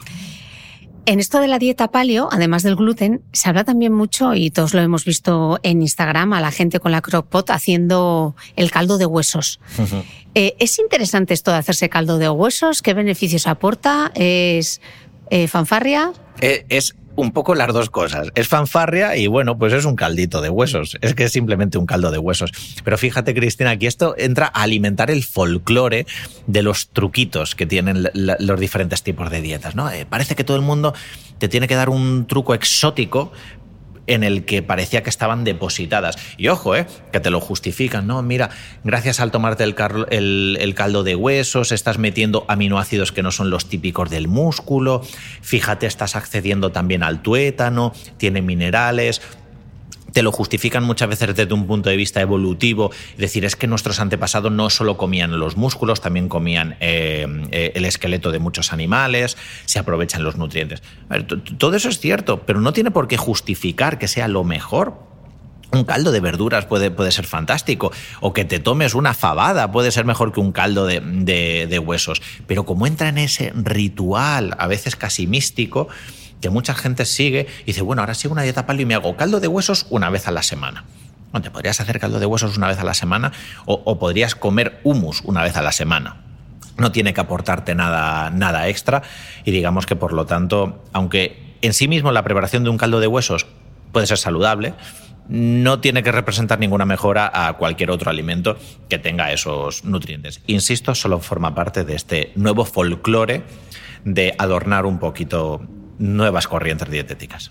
En esto de la dieta paleo, además del gluten, se habla también mucho, y todos lo hemos visto en Instagram, a la gente con la crockpot haciendo el caldo de huesos. Uh-huh. Eh, ¿Es interesante esto de hacerse caldo de huesos? ¿Qué beneficios aporta? ¿Es eh, fanfarria? Eh, es... un poco las dos cosas. Es fanfarria y, bueno, pues es un caldito de huesos. Es que es simplemente un caldo de huesos. Pero fíjate, Cristina, aquí esto entra a alimentar el folclore de los truquitos que tienen la, los diferentes tipos de dietas, ¿no? Eh, parece que todo el mundo te tiene que dar un truco exótico en el que parecía que estaban depositadas. Y ojo, eh, que te lo justifican, ¿no? Mira, gracias al tomarte el, car- el, el caldo de huesos, estás metiendo aminoácidos que no son los típicos del músculo, fíjate, estás accediendo también al tuétano, tiene minerales. Te lo justifican muchas veces desde un punto de vista evolutivo, es decir, es que nuestros antepasados no solo comían los músculos, también comían eh, eh, el esqueleto de muchos animales, se aprovechan los nutrientes. A ver, t- todo eso es cierto, pero no tiene por qué justificar que sea lo mejor. Un caldo de verduras puede, puede ser fantástico, o que te tomes una fabada puede ser mejor que un caldo de, de, de huesos, pero como entra en ese ritual, a veces casi místico, que mucha gente sigue y dice, bueno, ahora sigo una dieta paleo y me hago caldo de huesos una vez a la semana. Bueno, te podrías hacer caldo de huesos una vez a la semana o, o podrías comer hummus una vez a la semana. no tiene que aportarte nada, nada extra y digamos que por lo tanto, aunque en sí mismo la preparación de un caldo de huesos puede ser saludable, no tiene que representar ninguna mejora a cualquier otro alimento que tenga esos nutrientes. Insisto, solo forma parte de este nuevo folclore de adornar un poquito nuevas corrientes dietéticas.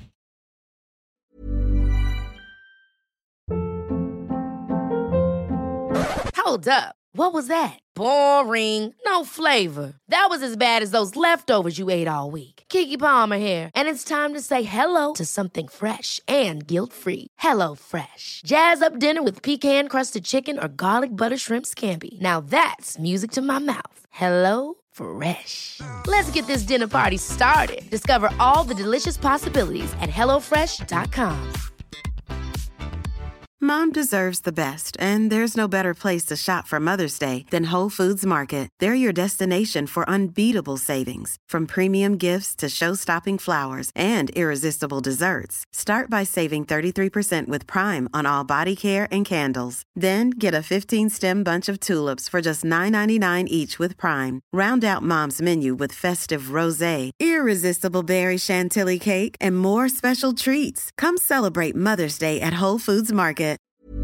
Hold up. What was that? Boring. No flavor. That was as bad as those leftovers you ate all week. Keke Palmer here, and it's time to say hello to something fresh and guilt-free. Hello Fresh. Jazz up dinner with pecan-crusted chicken or garlic butter shrimp scampi. Now that's music to my mouth. Hello Fresh. Let's get this dinner party started. Discover all the delicious possibilities at hello fresh dot com. Mom deserves the best, and there's no better place to shop for Mother's Day than Whole Foods Market. They're your destination for unbeatable savings, from premium gifts to show-stopping flowers and irresistible desserts. Start by saving thirty-three percent with Prime on all body care and candles. Then get a fifteen-stem bunch of tulips for just nine ninety-nine each with Prime. Round out Mom's menu with festive rosé, irresistible berry chantilly cake, and more special treats. Come celebrate Mother's Day at Whole Foods Market.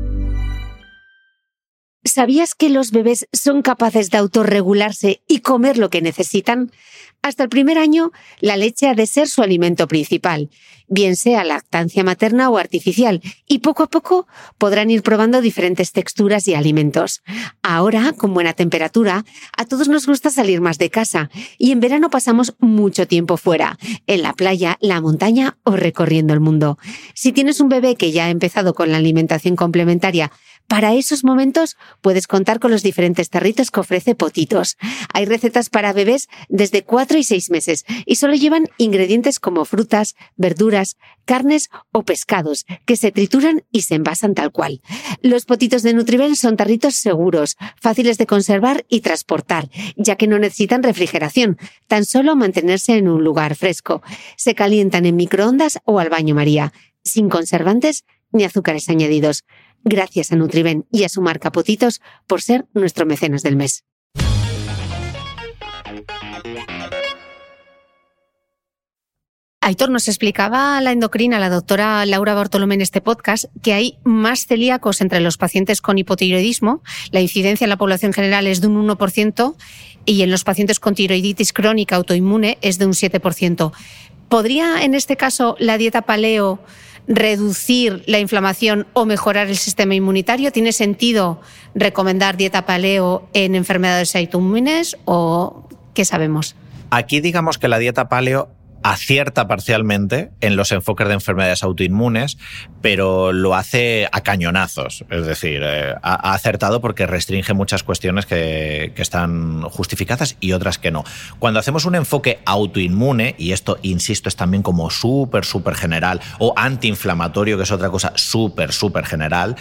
¿Sabías que los bebés son capaces de autorregularse y comer lo que necesitan? Hasta el primer año, la leche ha de ser su alimento principal, bien sea lactancia materna o artificial, y poco a poco podrán ir probando diferentes texturas y alimentos. Ahora, con buena temperatura, a todos nos gusta salir más de casa, y en verano pasamos mucho tiempo fuera, en la playa, la montaña o recorriendo el mundo. Si tienes un bebé que ya ha empezado con la alimentación complementaria, para esos momentos puedes contar con los diferentes tarritos que ofrece Potitos. Hay recetas para bebés desde cuatro y seis meses y solo llevan ingredientes como frutas, verduras, carnes o pescados que se trituran y se envasan tal cual. Los Potitos de Nutribel son tarritos seguros, fáciles de conservar y transportar, ya que no necesitan refrigeración, tan solo mantenerse en un lugar fresco. Se calientan en microondas o al baño María, sin conservantes ni azúcares añadidos. Gracias a Nutriben y a su marca Potitos por ser nuestro mecenas del mes. Aitor, nos explicaba la endocrina, la doctora Laura Bartolomé en este podcast, que hay más celíacos entre los pacientes con hipotiroidismo. La incidencia en la población general es de un uno por ciento y en los pacientes con tiroiditis crónica autoinmune es de un siete por ciento. ¿Podría, en este caso, la dieta paleo reducir la inflamación o mejorar el sistema inmunitario? ¿Tiene sentido recomendar dieta paleo en enfermedades autoinmunes o qué sabemos? Aquí digamos que la dieta paleo acierta parcialmente en los enfoques de enfermedades autoinmunes, pero lo hace a cañonazos. Es decir, eh, ha acertado porque restringe muchas cuestiones que, que están justificadas y otras que no. Cuando hacemos un enfoque autoinmune, y esto, insisto, es también como súper, súper general, o antiinflamatorio, que es otra cosa súper, súper general,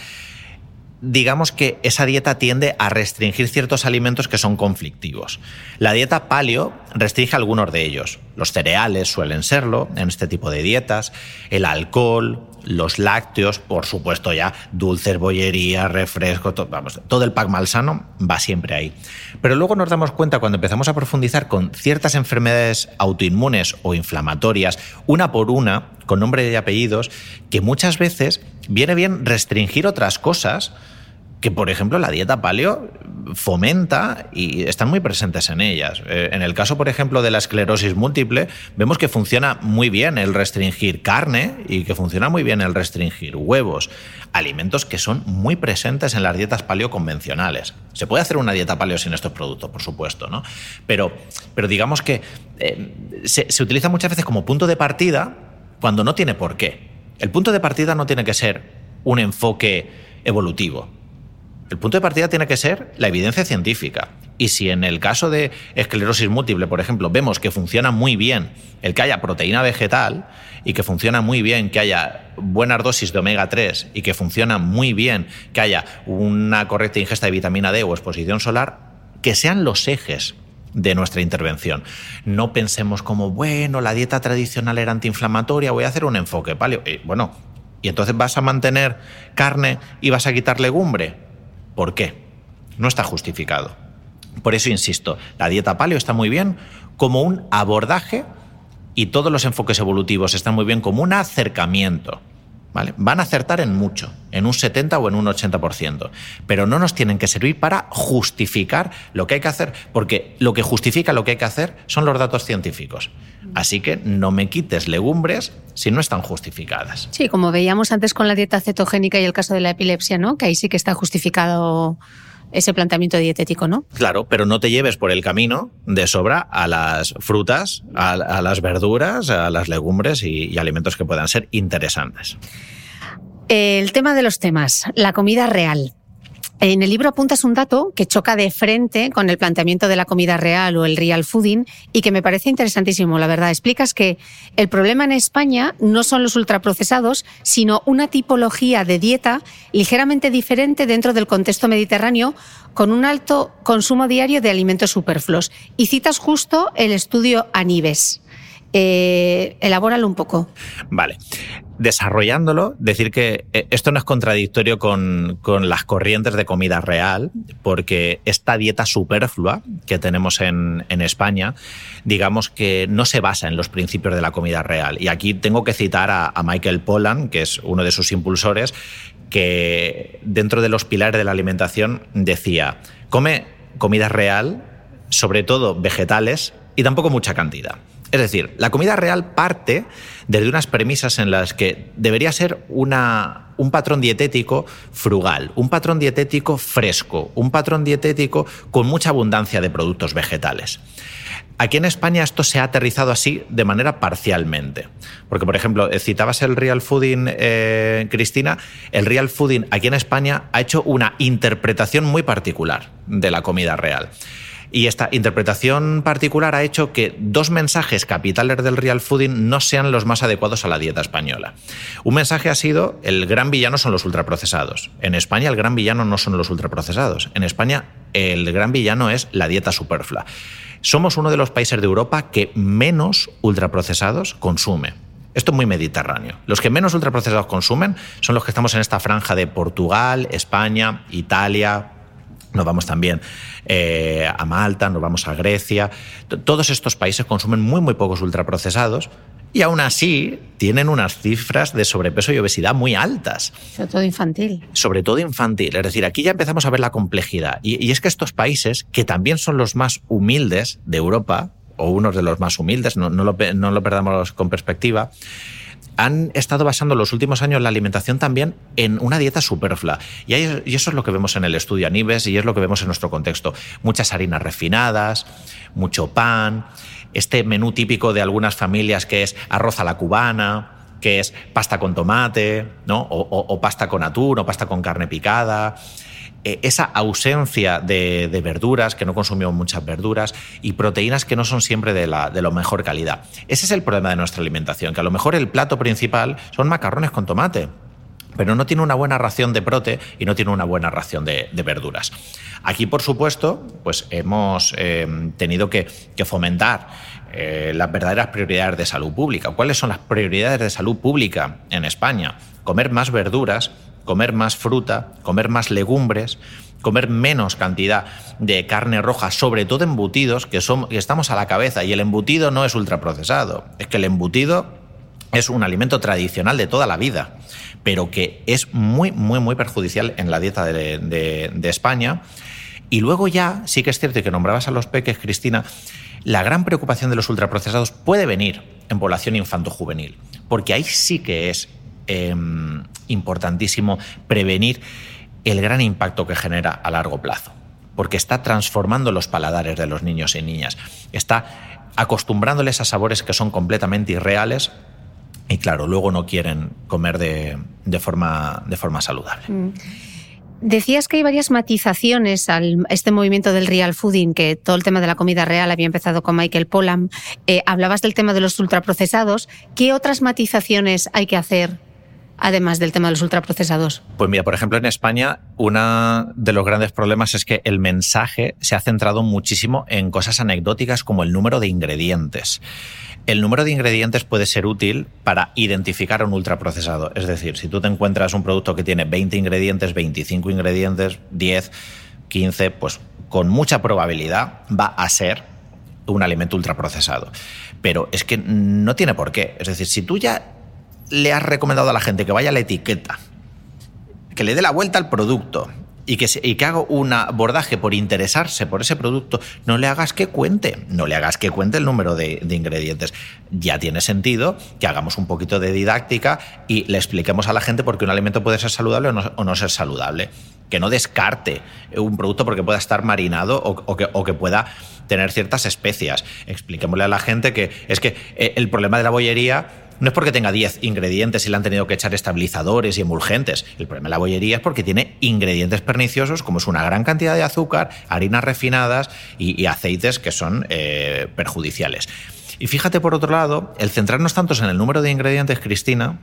digamos que esa dieta tiende a restringir ciertos alimentos que son conflictivos. La dieta paleo restringe algunos de ellos. Los cereales suelen serlo en este tipo de dietas, el alcohol, los lácteos, por supuesto ya dulces, bollerías, refrescos, todo, vamos, todo el pack malsano va siempre ahí. Pero luego nos damos cuenta cuando empezamos a profundizar con ciertas enfermedades autoinmunes o inflamatorias, una por una, con nombre y apellidos, que muchas veces viene bien restringir otras cosas que, por ejemplo, la dieta paleo fomenta y están muy presentes en ellas. En el caso, por ejemplo, de la esclerosis múltiple, vemos que funciona muy bien el restringir carne y que funciona muy bien el restringir huevos, alimentos que son muy presentes en las dietas paleo convencionales. Se puede hacer una dieta paleo sin estos productos, por supuesto, ¿no? Pero, pero digamos que eh, se, se utiliza muchas veces como punto de partida cuando no tiene por qué. El punto de partida no tiene que ser un enfoque evolutivo. El punto de partida tiene que ser la evidencia científica. Y si en el caso de esclerosis múltiple, por ejemplo, vemos que funciona muy bien el que haya proteína vegetal y que funciona muy bien que haya buenas dosis de omega tres y que funciona muy bien que haya una correcta ingesta de vitamina D o exposición solar, que sean los ejes de nuestra intervención. No pensemos como, bueno, la dieta tradicional era antiinflamatoria, voy a hacer un enfoque paleo. Y, bueno, ¿y entonces vas a mantener carne y vas a quitar legumbre? ¿Por qué? No está justificado. Por eso insisto, la dieta paleo está muy bien como un abordaje y todos los enfoques evolutivos están muy bien como un acercamiento. ¿Vale? Van a acertar en mucho, en un setenta o en un ochenta por ciento, pero no nos tienen que servir para justificar lo que hay que hacer, porque lo que justifica lo que hay que hacer son los datos científicos. Así que no me quites legumbres si no están justificadas. Sí, como veíamos antes con la dieta cetogénica y el caso de la epilepsia, ¿no? Que ahí sí que está justificado ese planteamiento dietético, ¿no? Claro, pero no te lleves por el camino de sobra a las frutas, a, a las verduras, a las legumbres y, y alimentos que puedan ser interesantes. El tema de los temas, la comida real. En el libro apuntas un dato que choca de frente con el planteamiento de la comida real o el real fooding y que me parece interesantísimo, la verdad. Explicas que el problema en España no son los ultraprocesados, sino una tipología de dieta ligeramente diferente dentro del contexto mediterráneo con un alto consumo diario de alimentos superfluos. Y citas justo el estudio Anibes. Eh, elabóralo un poco. Vale. Desarrollándolo, decir que esto no es contradictorio con, con las corrientes de comida real, porque esta dieta superflua que tenemos en, en España, digamos que no se basa en los principios de la comida real. Y aquí tengo que citar a, a Michael Pollan, que es uno de sus impulsores, que dentro de los pilares de la alimentación decía: come comida real, sobre todo vegetales, y tampoco mucha cantidad. Es decir, la comida real parte desde unas premisas en las que debería ser una, un patrón dietético frugal, un patrón dietético fresco, un patrón dietético con mucha abundancia de productos vegetales. Aquí en España esto se ha aterrizado así de manera parcialmente. Porque, por ejemplo, citabas el real fooding, eh, Cristina. El real fooding aquí en España ha hecho una interpretación muy particular de la comida real. Y esta interpretación particular ha hecho que dos mensajes capitales del real fooding no sean los más adecuados a la dieta española. Un mensaje ha sido: el gran villano son los ultraprocesados. En España el gran villano no son los ultraprocesados. En España el gran villano es la dieta superflua. Somos uno de los países de Europa que menos ultraprocesados consume. Esto es muy mediterráneo. Los que menos ultraprocesados consumen son los que estamos en esta franja de Portugal, España, Italia. Nos vamos también eh, a Malta, nos vamos a Grecia. Todos estos países consumen muy, muy pocos ultraprocesados y aún así tienen unas cifras de sobrepeso y obesidad muy altas. Sobre todo infantil. Sobre todo infantil. Es decir, aquí ya empezamos a ver la complejidad. Y, y es que estos países, que también son los más humildes de Europa, o unos de los más humildes, no, no, lo, no lo perdamos con perspectiva, han estado basando los últimos años la alimentación también en una dieta superflua. Y, hay, y eso es lo que vemos en el estudio Anibes y es lo que vemos en nuestro contexto. Muchas harinas refinadas, mucho pan, este menú típico de algunas familias que es arroz a la cubana, que es pasta con tomate, ¿no? o, o, o pasta con atún o pasta con carne picada. Esa ausencia de, de verduras, que no consumimos muchas verduras, y proteínas que no son siempre de la, de la mejor calidad. Ese es el problema de nuestra alimentación, que a lo mejor el plato principal son macarrones con tomate, pero no tiene una buena ración de prote y no tiene una buena ración de, de verduras. Aquí, por supuesto, pues hemos eh, tenido que, que fomentar eh, las verdaderas prioridades de salud pública. ¿Cuáles son las prioridades de salud pública en España? Comer más verduras, comer más fruta, comer más legumbres, comer menos cantidad de carne roja, sobre todo embutidos, que, son, que estamos a la cabeza. Y el embutido no es ultraprocesado, es que el embutido es un alimento tradicional de toda la vida, pero que es muy, muy, muy perjudicial en la dieta de, de, de España. Y luego ya, sí que es cierto que nombrabas a los peques, Cristina, la gran preocupación de los ultraprocesados puede venir en población infanto-juvenil, porque ahí sí que es Eh, importantísimo prevenir el gran impacto que genera a largo plazo, porque está transformando los paladares de los niños y niñas, está acostumbrándoles a sabores que son completamente irreales y, claro, luego no quieren comer de, de, forma, de forma saludable. Mm. Decías que hay varias matizaciones a este movimiento del real fooding, que todo el tema de la comida real había empezado con Michael Pollan. Eh, hablabas del tema de los ultraprocesados. ¿Qué otras matizaciones hay que hacer, además del tema de los ultraprocesados? Pues mira, por ejemplo, en España uno de los grandes problemas es que el mensaje se ha centrado muchísimo en cosas anecdóticas como el número de ingredientes. El número de ingredientes puede ser útil para identificar a un ultraprocesado. Es decir, si tú te encuentras un producto que tiene veinte ingredientes, veinticinco ingredientes, diez, quince, pues con mucha probabilidad va a ser un alimento ultraprocesado. Pero es que no tiene por qué. Es decir, si tú ya le has recomendado a la gente que vaya a la etiqueta, que le dé la vuelta al producto y que, se, y que haga un abordaje por interesarse por ese producto, no le hagas que cuente, no le hagas que cuente el número de, de ingredientes. Ya tiene sentido que hagamos un poquito de didáctica y le expliquemos a la gente por qué un alimento puede ser saludable o no, o no ser saludable. Que no descarte un producto porque pueda estar marinado o, o, que, o que pueda tener ciertas especias. Expliquémosle a la gente que es que el problema de la bollería no es porque tenga diez ingredientes y le han tenido que echar estabilizadores y emulgentes. El problema de la bollería es porque tiene ingredientes perniciosos, como es una gran cantidad de azúcar, harinas refinadas y, y aceites que son eh, perjudiciales. Y fíjate, por otro lado, el centrarnos tantos en el número de ingredientes, Cristina,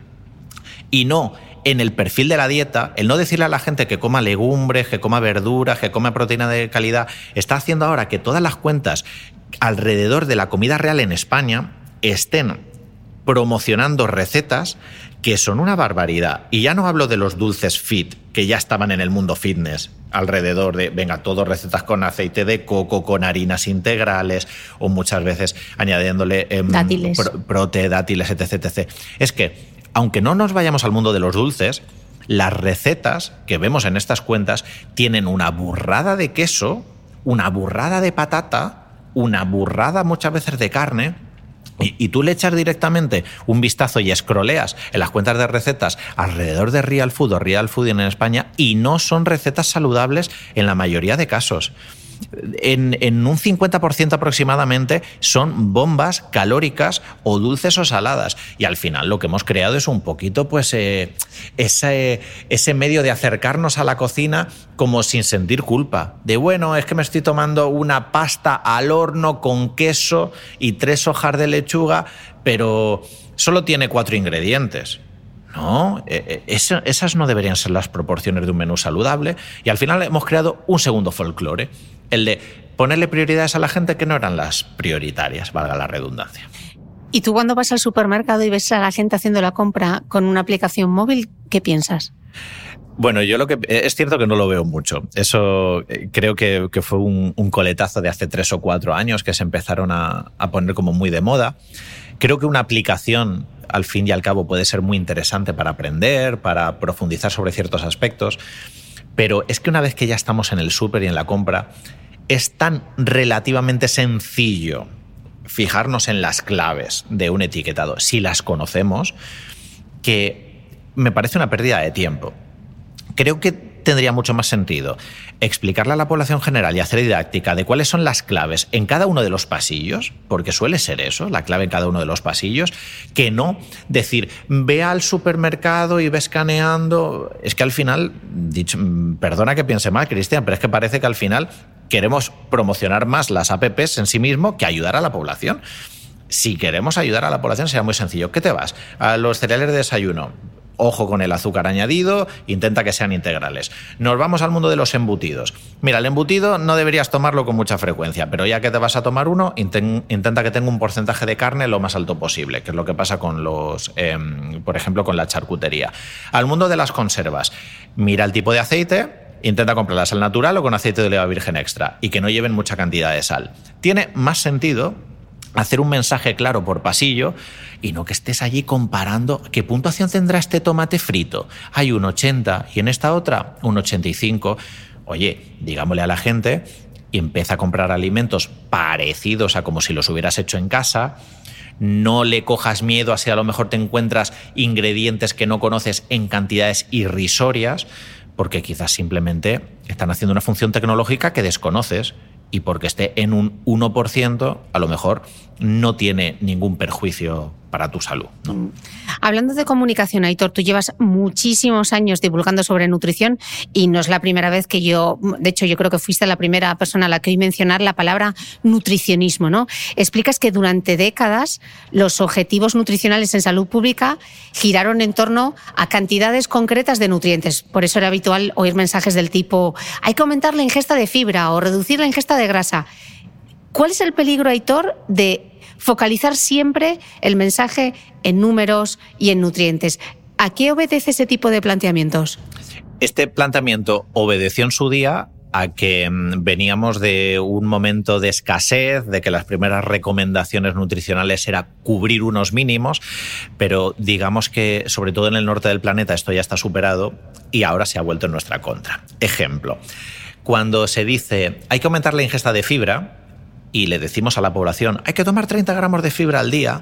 y no en el perfil de la dieta, el no decirle a la gente que coma legumbres, que coma verduras, que coma proteína de calidad, está haciendo ahora que todas las cuentas alrededor de la comida real en España estén promocionando recetas que son una barbaridad. Y ya no hablo de los dulces fit, que ya estaban en el mundo fitness, alrededor de, venga, todo recetas con aceite de coco, con harinas integrales, o muchas veces añadiéndole eh, dátiles, pro, prote, dátiles, etc, etcétera. Es que, aunque no nos vayamos al mundo de los dulces, las recetas que vemos en estas cuentas tienen una burrada de queso, una burrada de patata, una burrada muchas veces de carne. Y, y tú le echas directamente un vistazo y escroleas en las cuentas de recetas alrededor de Real Food o Real Food en España y no son recetas saludables en la mayoría de casos. En, en un cincuenta por ciento aproximadamente son bombas calóricas o dulces o saladas. Y al final lo que hemos creado es un poquito pues eh, ese, ese medio de acercarnos a la cocina como sin sentir culpa. De bueno, es que me estoy tomando una pasta al horno con queso y tres hojas de lechuga, pero solo tiene cuatro ingredientes. No, eso, esas no deberían ser las proporciones de un menú saludable. Y al final hemos creado un segundo folclore, el de ponerle prioridades a la gente que no eran las prioritarias, valga la redundancia. ¿Y tú cuando vas al supermercado y ves a la gente haciendo la compra con una aplicación móvil, qué piensas? Bueno, yo lo que es cierto que no lo veo mucho. Eso creo que, que fue un, un coletazo de hace tres o cuatro años que se empezaron a, a poner como muy de moda. Creo que una aplicación, al fin y al cabo, puede ser muy interesante para aprender, para profundizar sobre ciertos aspectos, pero es que una vez que ya estamos en el súper y en la compra, es tan relativamente sencillo fijarnos en las claves de un etiquetado, si las conocemos, que me parece una pérdida de tiempo. Creo que tendría mucho más sentido explicarle a la población general y hacer didáctica de cuáles son las claves en cada uno de los pasillos, porque suele ser eso, la clave en cada uno de los pasillos, que no decir, ve al supermercado y ve escaneando. Es que al final, dicho, perdona que piense mal, Cristian, pero es que parece que al final queremos promocionar más las apps en sí mismo que ayudar a la población. Si queremos ayudar a la población será muy sencillo. ¿Qué te vas? A los cereales de desayuno. Ojo con el azúcar añadido, intenta que sean integrales. Nos vamos al mundo de los embutidos. Mira, el embutido no deberías tomarlo con mucha frecuencia, pero ya que te vas a tomar uno, inten- intenta que tenga un porcentaje de carne lo más alto posible, que es lo que pasa con los, eh, por ejemplo, con la charcutería. Al mundo de las conservas. Mira el tipo de aceite, intenta comprarlas al natural o con aceite de oliva virgen extra y que no lleven mucha cantidad de sal. Tiene más sentido hacer un mensaje claro por pasillo y no que estés allí comparando qué puntuación tendrá este tomate frito. Hay un ochenta y en esta otra un ochenta y cinco. Oye, digámosle a la gente y empieza a comprar alimentos parecidos a como si los hubieras hecho en casa. No le cojas miedo a si a lo mejor te encuentras ingredientes que no conoces en cantidades irrisorias, porque quizás simplemente están haciendo una función tecnológica que desconoces. Y porque esté en un uno por ciento, a lo mejor no tiene ningún perjuicio para tu salud, ¿no? Hablando de comunicación, Aitor, tú llevas muchísimos años divulgando sobre nutrición y no es la primera vez que yo, de hecho yo creo que fuiste la primera persona a la que oí mencionar la palabra nutricionismo, ¿no? Explicas que durante décadas los objetivos nutricionales en salud pública giraron en torno a cantidades concretas de nutrientes. Por eso era habitual oír mensajes del tipo hay que aumentar la ingesta de fibra o reducir la ingesta de grasa. ¿Cuál es el peligro, Aitor, de focalizar siempre el mensaje en números y en nutrientes? ¿A qué obedece ese tipo de planteamientos? Este planteamiento obedeció en su día a que veníamos de un momento de escasez, de que las primeras recomendaciones nutricionales era cubrir unos mínimos, pero digamos que sobre todo en el norte del planeta esto ya está superado y ahora se ha vuelto en nuestra contra. Ejemplo, cuando se dice hay que aumentar la ingesta de fibra y le decimos a la población hay que tomar treinta gramos de fibra al día,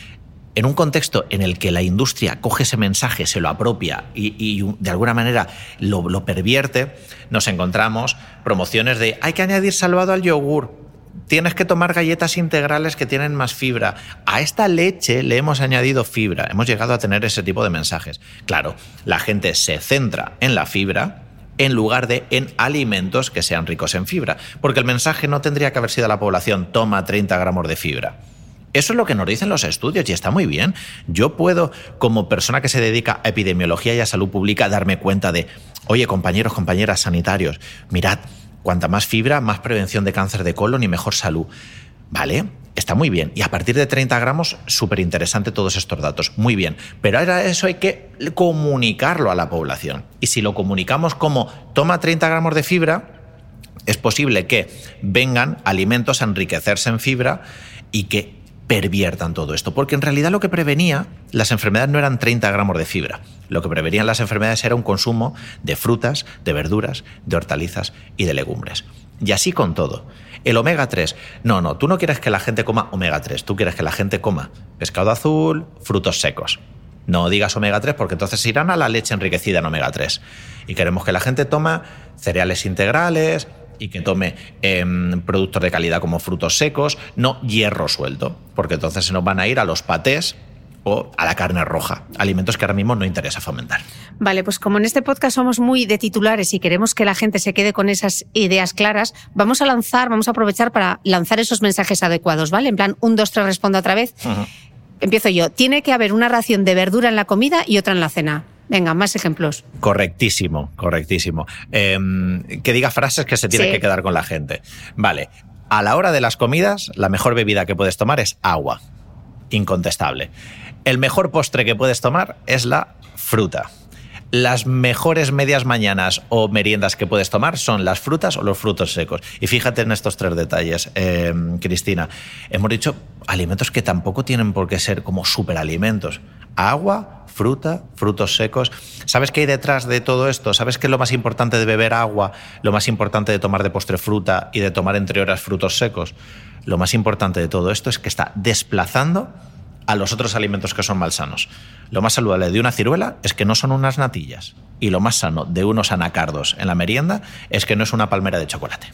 en un contexto en el que la industria coge ese mensaje, se lo apropia y, y de alguna manera lo, lo pervierte, nos encontramos promociones de hay que añadir salvado al yogur, tienes que tomar galletas integrales que tienen más fibra, a esta leche le hemos añadido fibra. Hemos llegado a tener ese tipo de mensajes. Claro, la gente se centra en la fibra en lugar de en alimentos que sean ricos en fibra, porque el mensaje no tendría que haber sido a la población toma treinta gramos de fibra. Eso es lo que nos dicen los estudios y está muy bien. Yo puedo, como persona que se dedica a epidemiología y a salud pública, darme cuenta de, oye, compañeros, compañeras sanitarios, mirad, cuanta más fibra, más prevención de cáncer de colon y mejor salud. ¿Vale? Está muy bien. Y a partir de treinta gramos, súper interesante todos estos datos. Muy bien. Pero ahora eso hay que comunicarlo a la población. Y si lo comunicamos como toma treinta gramos de fibra, es posible que vengan alimentos a enriquecerse en fibra y que perviertan todo esto, porque en realidad lo que prevenía las enfermedades no eran treinta gramos de fibra, lo que prevenían las enfermedades era un consumo de frutas, de verduras, de hortalizas y de legumbres. Y así con todo. El omega tres, no, no, tú no quieres que la gente coma omega tres, tú quieres que la gente coma pescado azul, frutos secos. No digas omega tres porque entonces irán a la leche enriquecida en omega tres. Y queremos que la gente tome cereales integrales y que tome eh, productos de calidad como frutos secos, no hierro suelto, porque entonces se nos van a ir a los patés o a la carne roja, alimentos que ahora mismo no interesa fomentar. Vale, pues como en este podcast somos muy de titulares y queremos que la gente se quede con esas ideas claras, vamos a lanzar, vamos a aprovechar para lanzar esos mensajes adecuados, ¿vale? En plan, un, dos, tres, respondo otra vez. Uh-huh. Empiezo yo. Tiene que haber una ración de verdura en la comida y otra en la cena. Venga, más ejemplos. Correctísimo, correctísimo. Eh, que diga frases que se tienen sí. que quedar con la gente. Vale, a la hora de las comidas, la mejor bebida que puedes tomar es agua. Incontestable. El mejor postre que puedes tomar es la fruta. Las mejores medias mañanas o meriendas que puedes tomar son las frutas o los frutos secos. Y fíjate en estos tres detalles, eh, Cristina. Hemos dicho alimentos que tampoco tienen por qué ser como superalimentos. Agua, fruta, frutos secos. ¿Sabes qué hay detrás de todo esto? ¿Sabes qué es lo más importante de beber agua? Lo más importante de tomar de postre fruta y de tomar entre horas frutos secos. Lo más importante de todo esto es que está desplazando a los otros alimentos que son malsanos. Lo más saludable de una ciruela es que no son unas natillas. Y lo más sano de unos anacardos en la merienda es que no es una palmera de chocolate.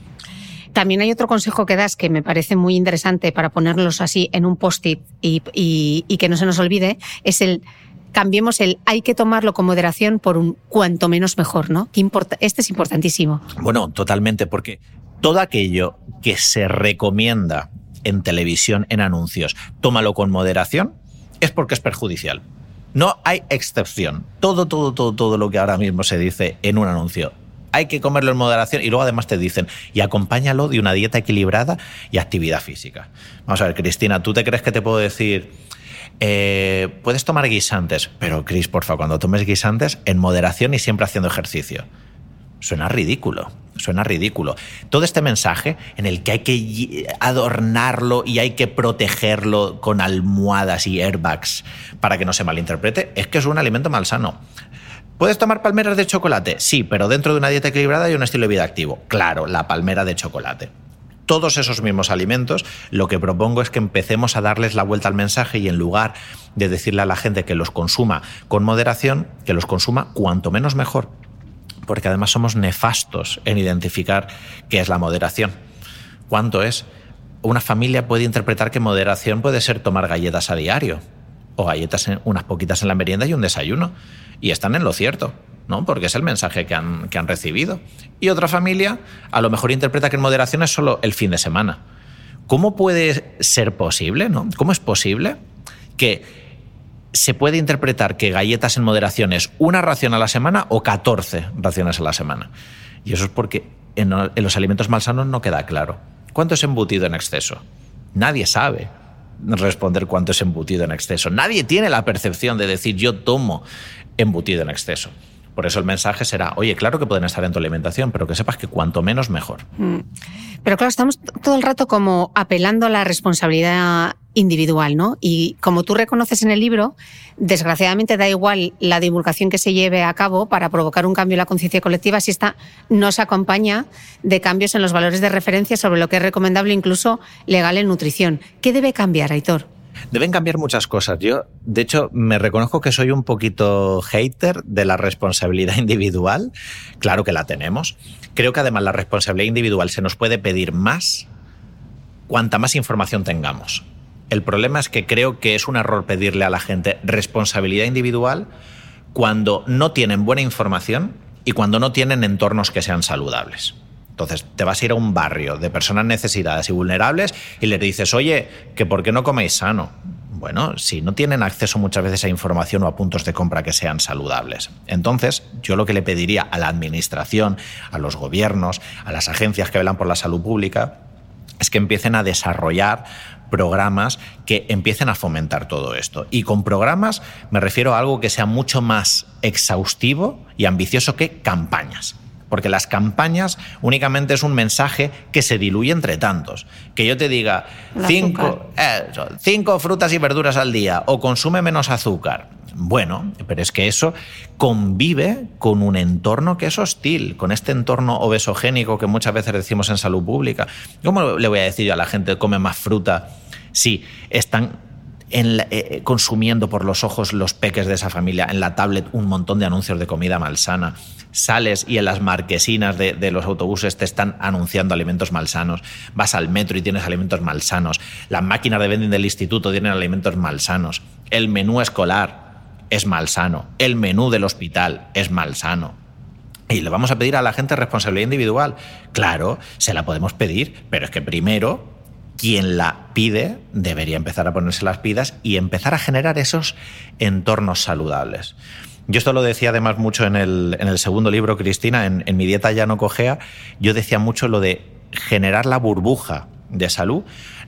También hay otro consejo que das que me parece muy interesante para ponerlos así en un post-it y, y, y que no se nos olvide, es el cambiemos el hay que tomarlo con moderación por un cuanto menos mejor, ¿no? Este es importantísimo. Bueno, totalmente, porque todo aquello que se recomienda en televisión, en anuncios, tómalo con moderación, es porque es perjudicial. No hay excepción. Todo, todo, todo, todo lo que ahora mismo se dice en un anuncio, hay que comerlo en moderación y luego además te dicen y acompáñalo de una dieta equilibrada y actividad física. Vamos a ver, Cristina, ¿tú te crees que te puedo decir eh, puedes tomar guisantes? Pero, Cris, por favor, cuando tomes guisantes, en moderación y siempre haciendo ejercicio. Suena ridículo, suena ridículo. Todo este mensaje en el que hay que adornarlo y hay que protegerlo con almohadas y airbags para que no se malinterprete, es que es un alimento malsano. ¿Puedes tomar palmeras de chocolate? Sí, pero dentro de una dieta equilibrada y un estilo de vida activo. Claro, la palmera de chocolate. Todos esos mismos alimentos, lo que propongo es que empecemos a darles la vuelta al mensaje y en lugar de decirle a la gente que los consuma con moderación, que los consuma cuanto menos mejor. Porque además somos nefastos en identificar qué es la moderación. ¿Cuánto es? Una familia puede interpretar que moderación puede ser tomar galletas a diario o galletas en, unas poquitas en la merienda y un desayuno. Y están en lo cierto, ¿no? Porque es el mensaje que han, que han recibido. Y otra familia a lo mejor interpreta que en moderación es solo el fin de semana. ¿Cómo puede ser posible, ¿no? ¿Cómo es posible que se puede interpretar que galletas en moderación es una ración a la semana o catorce raciones a la semana? Y eso es porque en, en los alimentos malsanos no queda claro. ¿Cuánto es embutido en exceso? Nadie sabe responder cuánto es embutido en exceso. Nadie tiene la percepción de decir yo tomo embutido en exceso. Por eso el mensaje será, oye, claro que pueden estar en tu alimentación, pero que sepas que cuanto menos mejor. Mm. Pero claro, estamos todo el rato como apelando a la responsabilidad individual, ¿no? Y como tú reconoces en el libro, desgraciadamente da igual la divulgación que se lleve a cabo para provocar un cambio en la conciencia colectiva si esta no se acompaña de cambios en los valores de referencia sobre lo que es recomendable, incluso legal en nutrición. ¿Qué debe cambiar, Aitor? Deben cambiar muchas cosas. Yo, de hecho, me reconozco que soy un poquito hater de la responsabilidad individual. Claro que la tenemos. Creo que además la responsabilidad individual se nos puede pedir más cuanta más información tengamos. El problema es que creo que es un error pedirle a la gente responsabilidad individual cuando no tienen buena información y cuando no tienen entornos que sean saludables. Entonces, te vas a ir a un barrio de personas necesitadas y vulnerables y les dices, oye, que ¿por qué no coméis sano? Bueno, si no tienen acceso muchas veces a información o a puntos de compra que sean saludables. Entonces, yo lo que le pediría a la administración, a los gobiernos, a las agencias que velan por la salud pública, es que empiecen a desarrollar programas que empiecen a fomentar todo esto. Y con programas me refiero a algo que sea mucho más exhaustivo y ambicioso que campañas. Porque las campañas únicamente es un mensaje que se diluye entre tantos. Que yo te diga cinco, eh, cinco frutas y verduras al día o consume menos azúcar. Bueno, pero es que eso convive con un entorno que es hostil, con este entorno obesogénico que muchas veces decimos en salud pública. ¿Cómo le voy a decir yo a la gente come más fruta si están en la, eh, consumiendo por los ojos los peques de esa familia, en la tablet un montón de anuncios de comida malsana? Sales y en las marquesinas de, de los autobuses te están anunciando alimentos malsanos. Vas al metro y tienes alimentos malsanos. Las máquinas de vending del instituto tienen alimentos malsanos. El menú escolar es malsano. El menú del hospital es malsano. ¿Y le vamos a pedir a la gente responsabilidad individual? Claro, se la podemos pedir, pero es que primero quien la pide debería empezar a ponerse las pilas y empezar a generar esos entornos saludables. Yo esto lo decía además mucho en el, en el segundo libro, Cristina, en, en Mi dieta ya no cojea. Yo decía mucho lo de generar la burbuja de salud,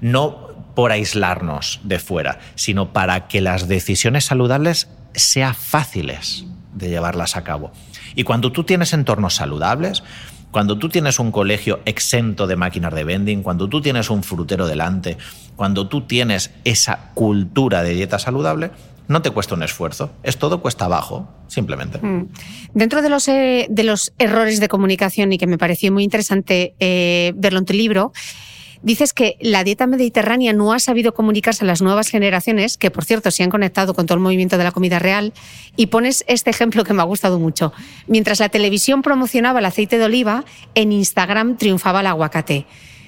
no por aislarnos de fuera, sino para que las decisiones saludables sean fáciles de llevarlas a cabo. Y cuando tú tienes entornos saludables, cuando tú tienes un colegio exento de máquinas de vending, cuando tú tienes un frutero delante, cuando tú tienes esa cultura de dieta saludable, no te cuesta un esfuerzo, es todo cuesta abajo, simplemente. Mm. Dentro de los, eh, de los errores de comunicación, y que me pareció muy interesante eh, verlo en tu libro, dices que la dieta mediterránea no ha sabido comunicarse a las nuevas generaciones, que por cierto se han conectado con todo el movimiento de la comida real, y pones este ejemplo que me ha gustado mucho. Mientras la televisión promocionaba el aceite de oliva, en Instagram triunfaba el aguacate.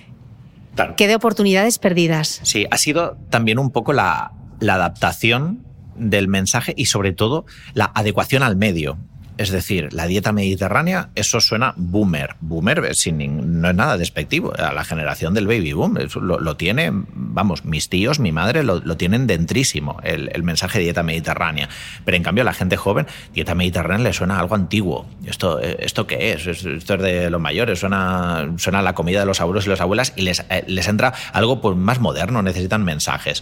Claro. ¿Qué de oportunidades perdidas? Sí, ha sido también un poco la, la adaptación del mensaje y sobre todo la adecuación al medio. Es decir, la dieta mediterránea, eso suena boomer. Boomer sin, no es nada despectivo. A la generación del baby boom eso lo, lo tiene, vamos, mis tíos, mi madre lo, lo tienen dentrísimo, el, el mensaje de dieta mediterránea. Pero en cambio a la gente joven, dieta mediterránea le suena algo antiguo. ¿Esto, esto qué es? Esto es de los mayores, suena, suena a la comida de los abuelos y las abuelas y les, les entra algo pues, más moderno, necesitan mensajes.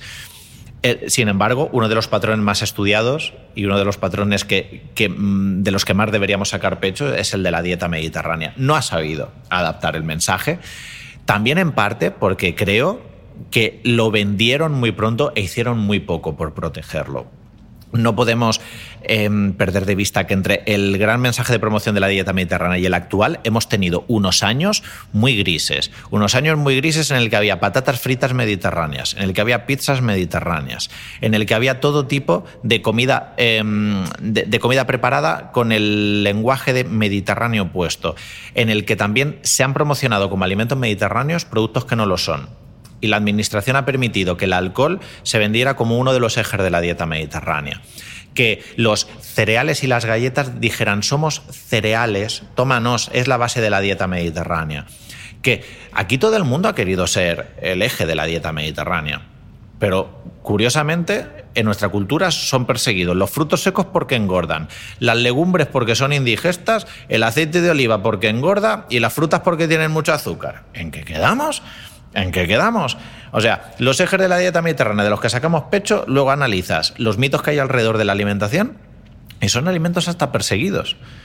Sin embargo, uno de los patrones más estudiados y uno de los patrones que, que, de los que más deberíamos sacar pecho es el de la dieta mediterránea. No ha sabido adaptar el mensaje, también en parte porque creo que lo vendieron muy pronto e hicieron muy poco por protegerlo. No podemos eh, perder de vista que entre el gran mensaje de promoción de la dieta mediterránea y el actual hemos tenido unos años muy grises. Unos años muy grises en el que había patatas fritas mediterráneas, en el que había pizzas mediterráneas, en el que había todo tipo de comida, eh, de, de comida preparada con el lenguaje de mediterráneo puesto, en el que también se han promocionado como alimentos mediterráneos productos que no lo son. Y la administración ha permitido que el alcohol se vendiera como uno de los ejes de la dieta mediterránea. Que los cereales y las galletas dijeran, somos cereales, tómanos, es la base de la dieta mediterránea. Que aquí todo el mundo ha querido ser el eje de la dieta mediterránea. Pero, curiosamente, en nuestra cultura son perseguidos los frutos secos porque engordan, las legumbres porque son indigestas, el aceite de oliva porque engorda y las frutas porque tienen mucho azúcar. ¿En qué quedamos? ¿En qué quedamos? O sea, los ejes de la dieta mediterránea de los que sacamos pecho, luego analizas los mitos que hay alrededor de la alimentación y son alimentos hasta perseguidos.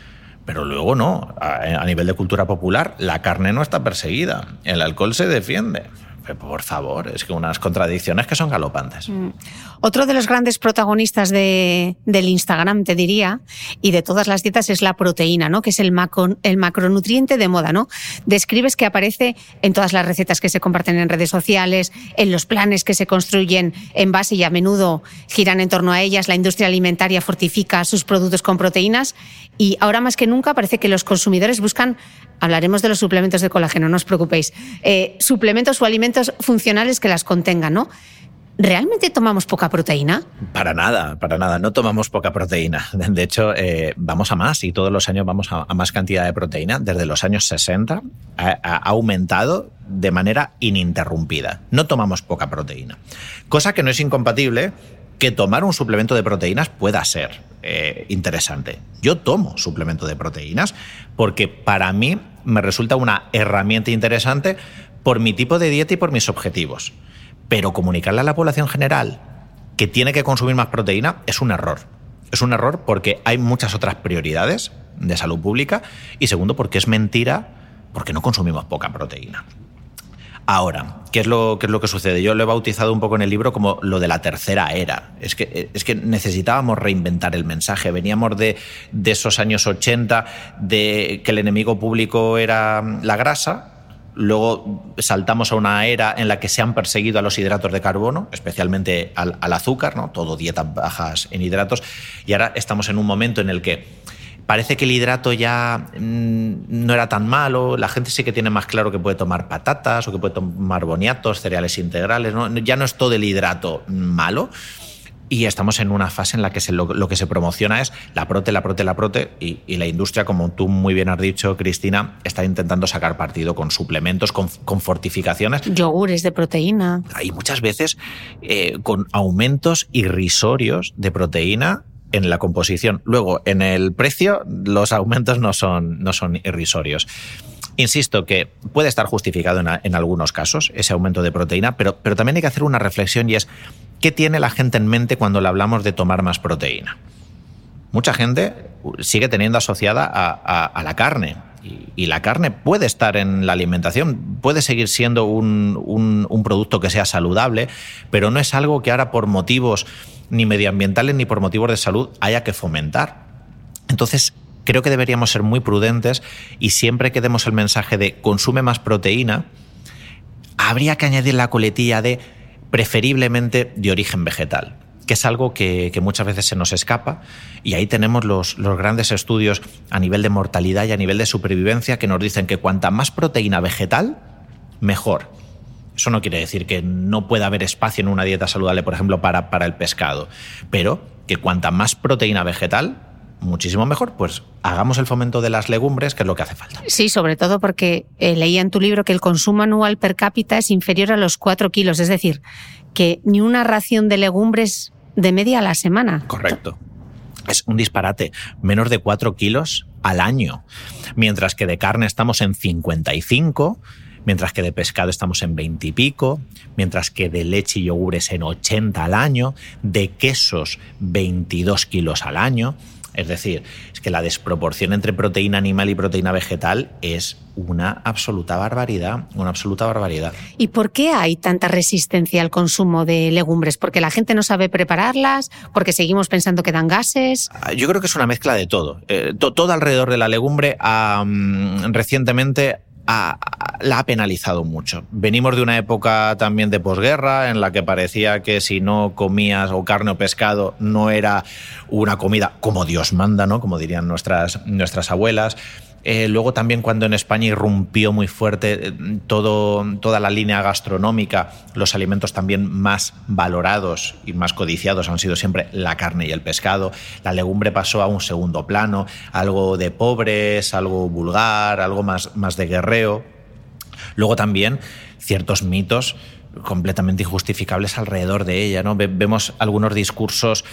Pero luego no, a, a nivel de cultura popular, la carne no está perseguida, el alcohol se defiende. Por favor, es que unas contradicciones que son galopantes. Mm. Otro de los grandes protagonistas de, del Instagram, te diría, y de todas las dietas es la proteína, ¿no? Que es el, macro, el macronutriente de moda, ¿no? Describes que aparece en todas las recetas que se comparten en redes sociales, en los planes que se construyen en base y a menudo giran en torno a ellas. La industria alimentaria fortifica sus productos con proteínas y ahora más que nunca parece que los consumidores buscan, hablaremos de los suplementos de colágeno, no os preocupéis, eh, suplementos o alimentos funcionales que las contengan, ¿no? ¿Realmente tomamos poca proteína? Para nada, para nada. No tomamos poca proteína. De hecho, eh, vamos a más y todos los años vamos a, a más cantidad de proteína. Desde los años sesenta ha, ha aumentado de manera ininterrumpida. No tomamos poca proteína. Cosa que no es incompatible que tomar un suplemento de proteínas pueda ser eh, interesante. Yo tomo suplemento de proteínas porque para mí me resulta una herramienta interesante por mi tipo de dieta y por mis objetivos. Pero comunicarle a la población general que tiene que consumir más proteína es un error. Es un error porque hay muchas otras prioridades de salud pública y segundo porque es mentira porque no consumimos poca proteína. Ahora, ¿qué es lo, qué es lo que sucede? Yo lo he bautizado un poco en el libro como lo de la tercera era. Es que, es que necesitábamos reinventar el mensaje. Veníamos de, de esos años ochenta, de que el enemigo público era la grasa. Luego saltamos a una era en la que se han perseguido a los hidratos de carbono, especialmente al, al azúcar, ¿no? Todo dietas bajas en hidratos. Y ahora estamos en un momento en el que parece que el hidrato ya mmm, no era tan malo, la gente sí que tiene más claro que puede tomar patatas o que puede tomar boniatos, cereales integrales, ¿no? Ya no es todo el hidrato malo. Y estamos en una fase en la que se, lo, lo que se promociona es la prote, la prote, la prote y, y la industria, como tú muy bien has dicho, Cristina, está intentando sacar partido con suplementos, con, con fortificaciones. Yogures de proteína. Hay muchas veces eh, con aumentos irrisorios de proteína en la composición. Luego, en el precio, los aumentos no son, no son irrisorios. Insisto que puede estar justificado en, en algunos casos ese aumento de proteína, pero, pero también hay que hacer una reflexión y es ¿qué tiene la gente en mente cuando le hablamos de tomar más proteína? Mucha gente sigue teniendo asociada a, a, a la carne y, y la carne puede estar en la alimentación, puede seguir siendo un, un, un producto que sea saludable, pero no es algo que ahora por motivos ni medioambientales ni por motivos de salud haya que fomentar. Entonces, creo que deberíamos ser muy prudentes y siempre que demos el mensaje de consume más proteína, habría que añadir la coletilla de preferiblemente de origen vegetal, que es algo que, que muchas veces se nos escapa y ahí tenemos los, los grandes estudios a nivel de mortalidad y a nivel de supervivencia que nos dicen que cuanta más proteína vegetal, mejor. Eso no quiere decir que no pueda haber espacio en una dieta saludable, por ejemplo, para, para el pescado, pero que cuanta más proteína vegetal, muchísimo mejor, pues hagamos el fomento de las legumbres, que es lo que hace falta. Sí, sobre todo porque eh, leía en tu libro que el consumo anual per cápita es inferior a los cuatro kilos, es decir, que ni una ración de legumbres de media a la semana. Correcto. Es un disparate, menos de cuatro kilos al año, mientras que de carne estamos en cincuenta y cinco, mientras que de pescado estamos en veinte y pico, mientras que de leche y yogures en ochenta al año, de quesos veintidós kilos al año. Es decir, es que la desproporción entre proteína animal y proteína vegetal es una absoluta barbaridad, una absoluta barbaridad. ¿Y por qué hay tanta resistencia al consumo de legumbres? ¿Porque la gente no sabe prepararlas? ¿Porque seguimos pensando que dan gases? Yo creo que es una mezcla de todo. Eh, to- todo alrededor de la legumbre um, recientemente Ha, la ha penalizado mucho. Venimos de una época también de posguerra en la que parecía que si no comías o carne o pescado no era una comida como Dios manda, ¿no? Como dirían nuestras, nuestras abuelas. Eh, luego también cuando en España irrumpió muy fuerte todo, toda la línea gastronómica, los alimentos también más valorados y más codiciados han sido siempre la carne y el pescado. La legumbre pasó a un segundo plano, algo de pobres, algo vulgar, algo más, más de guerreo. Luego también ciertos mitos completamente injustificables alrededor de ella, ¿no? Vemos algunos discursos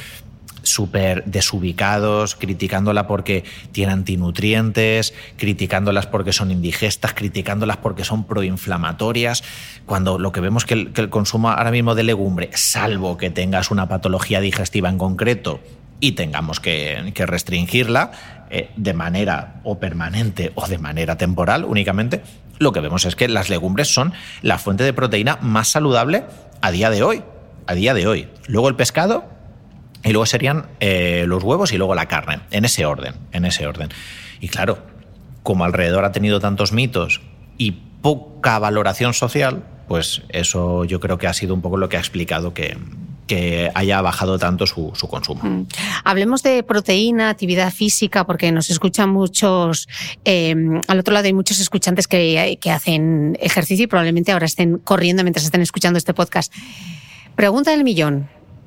súper desubicados, criticándola porque tiene antinutrientes, criticándolas porque son indigestas, criticándolas porque son proinflamatorias, cuando lo que vemos que el, que el consumo ahora mismo de legumbre, salvo que tengas una patología digestiva en concreto, y tengamos que, que restringirla eh, de manera o permanente o de manera temporal únicamente, lo que vemos es que las legumbres son la fuente de proteína más saludable a día de hoy. A día de hoy. Luego el pescado y luego serían eh, los huevos y luego la carne. En ese orden, en ese orden. Y claro, como alrededor ha tenido tantos mitos y poca valoración social, pues eso yo creo que ha sido un poco lo que ha explicado que, que haya bajado tanto su, su consumo. Mm. Hablemos de proteína, actividad física, porque nos escuchan muchos, eh, al otro lado hay muchos escuchantes que, que hacen ejercicio y probablemente ahora estén corriendo mientras estén escuchando este podcast. Pregunta del millón.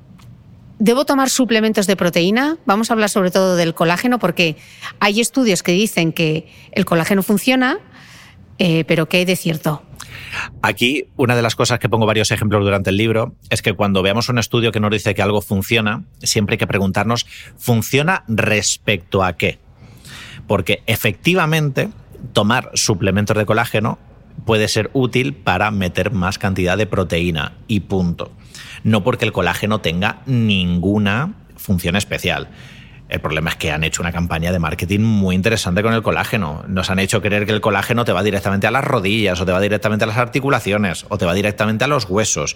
¿Debo tomar suplementos de proteína? Vamos a hablar sobre todo del colágeno, porque hay estudios que dicen que el colágeno funciona, eh, pero ¿qué hay de cierto? Aquí, una de las cosas que pongo varios ejemplos durante el libro es que cuando veamos un estudio que nos dice que algo funciona, siempre hay que preguntarnos, ¿funciona respecto a qué? Porque efectivamente, tomar suplementos de colágeno puede ser útil para meter más cantidad de proteína y punto. No porque el colágeno tenga ninguna función especial. El problema es que han hecho una campaña de marketing muy interesante con el colágeno. Nos han hecho creer que el colágeno te va directamente a las rodillas, o te va directamente a las articulaciones, o te va directamente a los huesos.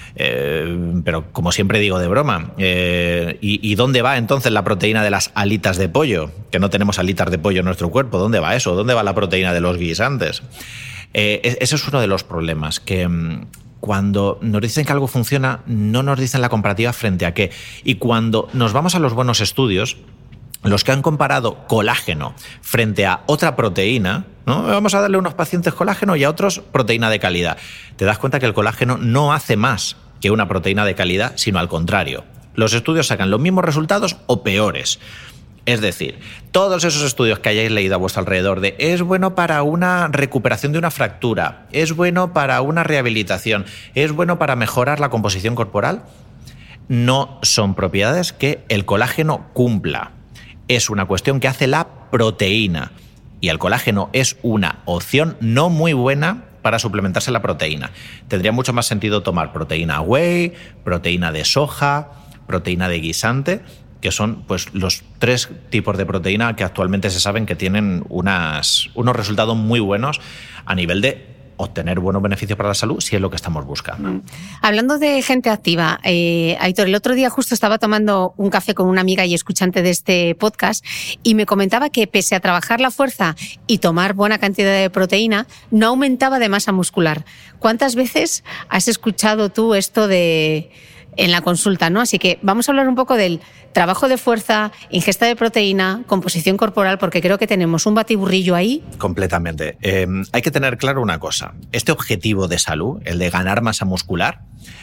Eh, pero como siempre digo de broma, eh, ¿y, ¿y dónde va entonces la proteína de las alitas de pollo? Que no tenemos alitas de pollo en nuestro cuerpo. ¿Dónde va eso? ¿Dónde va la proteína de los guisantes? Eh, ese es uno de los problemas, que cuando nos dicen que algo funciona, no nos dicen la comparativa frente a qué. Y cuando nos vamos a los buenos estudios, los que han comparado colágeno frente a otra proteína, ¿no? Vamos a darle a unos pacientes colágeno y a otros proteína de calidad. Te das cuenta que el colágeno no hace más que una proteína de calidad, sino al contrario. Los estudios sacan los mismos resultados o peores. Es decir, todos esos estudios que hayáis leído a vuestro alrededor de es bueno para una recuperación de una fractura, es bueno para una rehabilitación, es bueno para mejorar la composición corporal, no son propiedades que el colágeno cumpla. Es una cuestión que hace la proteína. Y el colágeno es una opción no muy buena para suplementarse la proteína. Tendría mucho más sentido tomar proteína whey, proteína de soja, proteína de guisante, que son pues los tres tipos de proteína que actualmente se saben que tienen unas, unos resultados muy buenos a nivel de obtener buenos beneficios para la salud, si es lo que estamos buscando. Mm. Hablando de gente activa, eh, Aitor, el otro día justo estaba tomando un café con una amiga y escuchante de este podcast y me comentaba que pese a trabajar la fuerza y tomar buena cantidad de proteína, no aumentaba de masa muscular. ¿Cuántas veces has escuchado tú esto de en la consulta, ¿no? Así que vamos a hablar un poco del trabajo de fuerza, ingesta de proteína, composición corporal, porque creo que tenemos un batiburrillo ahí. Completamente. Eh, hay que tener claro una cosa. Este objetivo de salud, el de ganar masa muscular,